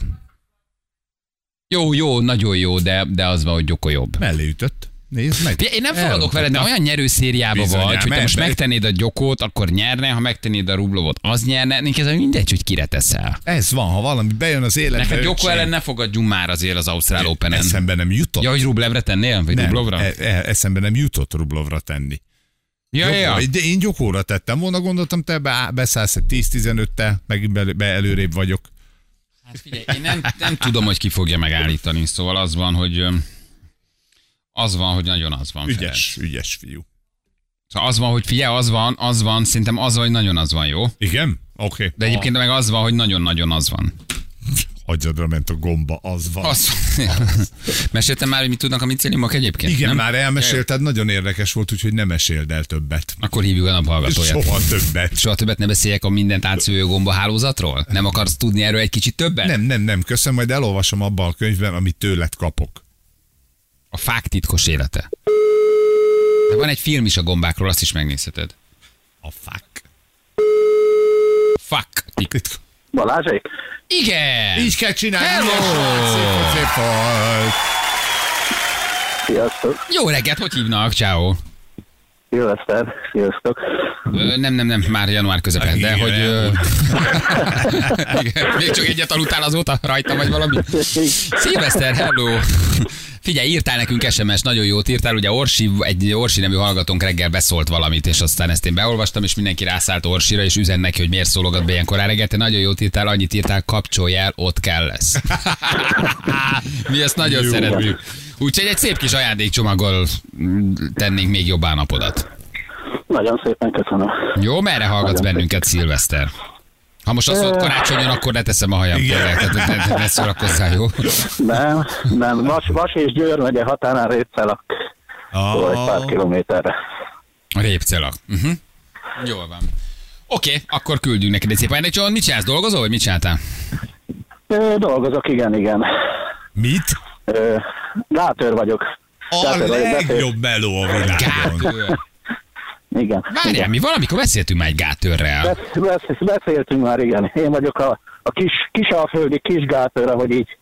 Jó, nagyon jó, de az van, hogy Gyoko jobb. Mellé ütött. Nézd meg. Én nem fogadok veled, mert olyan nyerőszériában vagy, hogy te most megtennéd a Gyokót, akkor nyerne, ha megtennéd a Rublovot, az nyerne. Neked ez mindegy, hogy kire teszel. Ez van, ha valami bejön az életbe. Neked Gyoko ellen ne fogadjunk már azért az Ausztrál Openen. Eszembe nem jutott. Ja, hogy Rublevre tennél? Vagy Rublovra? Eszembe nem jutott Rublovra tenni. Ja. De én Gyokóra tettem volna, gondoltam, te beszállsz egy 10-15-tel, meg előrébb vagyok. Hát figyelj, én nem tudom, hogy ki fogja megállítani, szóval az van, hogy nagyon az van. Ügyes fiú. Szóval az van, hogy figyelj, az van, szerintem az van, hogy nagyon az van, jó? Igen? Oké. De egyébként meg az van, hogy nagyon-nagyon az van. Agyadra ment a gomba, az van. Meséltem már, hogy mit tudnak a micéliumok egyébként? Igen, nem? már elmesélted, nagyon érdekes volt, úgyhogy nem meséld el többet. Akkor hívjuk a naphallgatóját. Soha többet ne beszéljek a mindent átszőjő gomba hálózatról? Nem akarsz tudni erről egy kicsit többet? Nem, köszönöm, majd elolvasom abban a könyvben, amit tőled kapok. A fák titkos élete. De van egy film is a gombákról, azt is megnézheted. A fák. Fák titkos. Balázsék? Igen! Így kell csinálni. Hello! Szép volt. Sziasztok. Jó reggelt, hogy hívnak? Ciao. Jó eszter, sziasztok. Nem, már január közepe, de hogy... Igen, még csak egyet aludtál azóta rajta, vagy valami? Szilveszter, hello! Figyelj, írtál nekünk SMS, nagyon jót írtál, ugye egy Orsi nevű hallgatónk reggel beszólt valamit, és aztán ezt én beolvastam, és mindenki rászállt Orsira, és üzen neki, hogy miért szólogat be ilyen korán reggel. Te nagyon jót írtál, annyit írtál, kapcsolj el, ott kell lesz. Mi ezt nagyon szeretjük. Úgyhogy egy szép kis ajándékcsomaggal tennénk még jobbá napodat. Nagyon szépen köszönöm. Jó, merre hallgatsz nagyon bennünket, szilveszter? Ha most azt mondod karácsonyon, akkor leteszem a hajam. Tehát ne szórakozzál, jó? Nem. Vas és Győr megye határán Répcelak. Egy pár kilométerre. A Répcelak. Jól van. Oké, akkor küldünk neked egy szép ajándékcsomagot. Mit csinálsz? Dolgozol, vagy mit csináltál? Dolgozok, igen. Mit? Gátőr vagyok. A legjobb meló a világon. Gátőr. Igen. Várjál, mi valamikor beszéltünk már egy gátőrrel. Beszéltünk már, igen. Én vagyok a kisalföldi kis gátőr, hogy így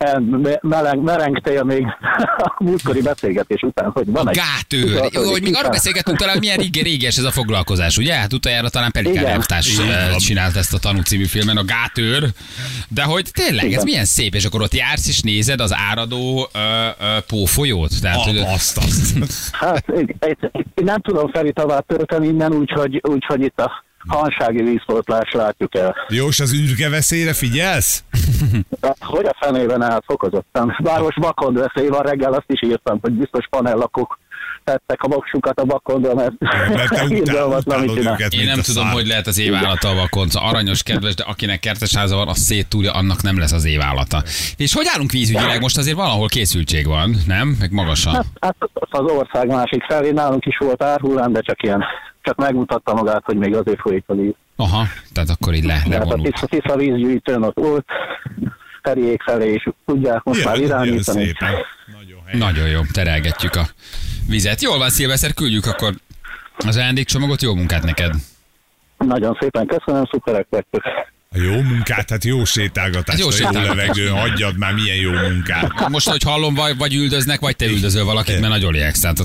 merengtél még a múltkori beszélgetés után, hogy van a gátőr. Jó, hogy még arra beszélgettünk talán, milyen réges ez a foglalkozás, ugye? Hát utoljára talán Pelikán elvtárs csinált ezt a Tanú című filmen, a gátőr. De hogy tényleg, ez milyen szép, és akkor ott jársz és nézed az áradó pófolyót? Tehát, azt. Hát, nem tudom Feri tovább tölteni innen, úgyhogy itt a hansági vízpótlás látjuk el. Jó, és az űrgeveszélyre figyelsz? Hogy a fenében elfokozottan. Bár most vakond veszély van, reggel azt is írtam, hogy biztos panellakok tettek a voksukat a vakondra, mert utálod őket. Én nem tudom, hogy lehet az évállata a vakond. Aranyos, kedves, de akinek kertesháza van, az széttúrja, annak nem lesz az évállata. És hogy állunk vízügyileg? Most azért valahol készültség van, nem? Meg magasan. Hát az ország másik felé nálunk is volt árhullám, de csak megmutatta magát, hogy még azért folyik a víz. Aha, tehát akkor így levonult. A Tisza vízgyűjtőn ott volt, Feriék felé is tudják most már irányítani. Nagyon jó, terelgetjük a vizet. Jól van, Szilveszter, küldjük akkor az ajándékcsomagot, jó munkát neked. Nagyon szépen köszönöm, szuperek vagytok. A jó munkát, hát jó sétálgatás, jó levegő, hagyjad már, milyen jó munkát. Most, hogy hallom, vagy üldöznek, vagy te üldözöl valakit, mert nagyon liegsz. Nem,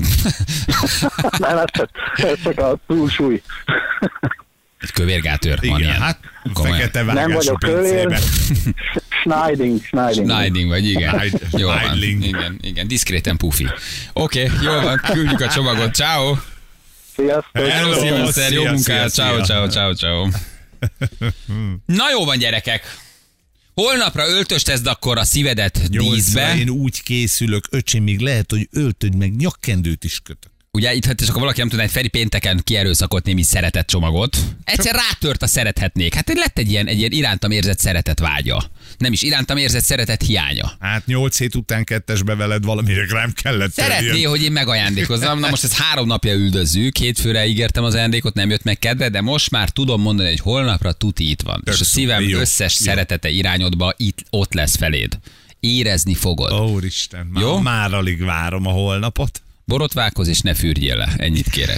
ez csak a túlsúly. Egy kövérgátőr van ilyen. Hát fekete vágás a pincébe. Schneiding vagy, igen. Jó van, igen, diszkréten pufi. Oké, jól van, küldjük a csomagot, ciao. Sziasztok. Hello, Szilveszter, jó munkát, ciao. Na jó van, gyerekek. Holnapra öltöstezd akkor a szívedet díszbe. Én úgy készülök, öcsém, még lehet, hogy öltöd meg, nyakkendőt is kötök. Ugye itt, és akkor valaki nem tudná, egy Feri pénteken kierőszakolt némi szeretett csomagot. Egyszer rátört a szerethetnék. Hát lett egy ilyen irántam érzett szeretet vágya. Nem is irántam érzett szeretet hiánya. Hát 8 hét után kettesbe veled valamire rám kellett. Szeretné, hogy én megajándékozzam. Na most ezt 3 napja üldözzük. Hétfőre ígértem az ajándékot, nem jött meg kedve, de most már tudom mondani, hogy holnapra tuti itt van. És a szívem összes szeretete irányodba ott lesz feléd. Érezni fogod. Úristen, már alig várom a holnapot. Borotválkozz és ne fürdjél le. Ennyit kérek.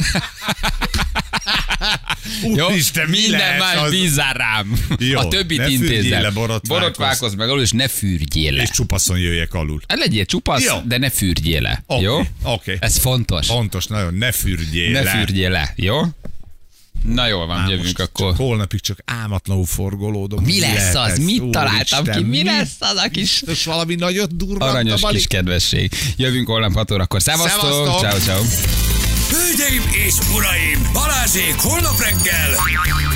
Jó? Úristen, mi Minden lesz más az... bízzál rám. Jó, A többit ne fürdjél intézem. le, borotválkozz. Borotválkozz meg alul, és ne fürdjél le. És csupaszon jöjjek alul. Hát legyél csupasz, Jó. de ne fürdjél le. Oké, Jó? oké. Ez fontos. Fontos, nagyon, ne fürdjél Ne le. fürdjél le. Jó? Na jól van, Már jövünk most akkor. Csak holnapig csak álmatlanul forgolódom. Mi lesz az? ez? Mit találtam ki? Mi mi lesz az a kis Biztos valami nagyot durva. aranyos kis kedvesség? Jövünk holnap 6 órakor. Szevasztok! Szevasztok! Ciao, ciao. Hölgyeim és uraim, Balázsék holnap reggel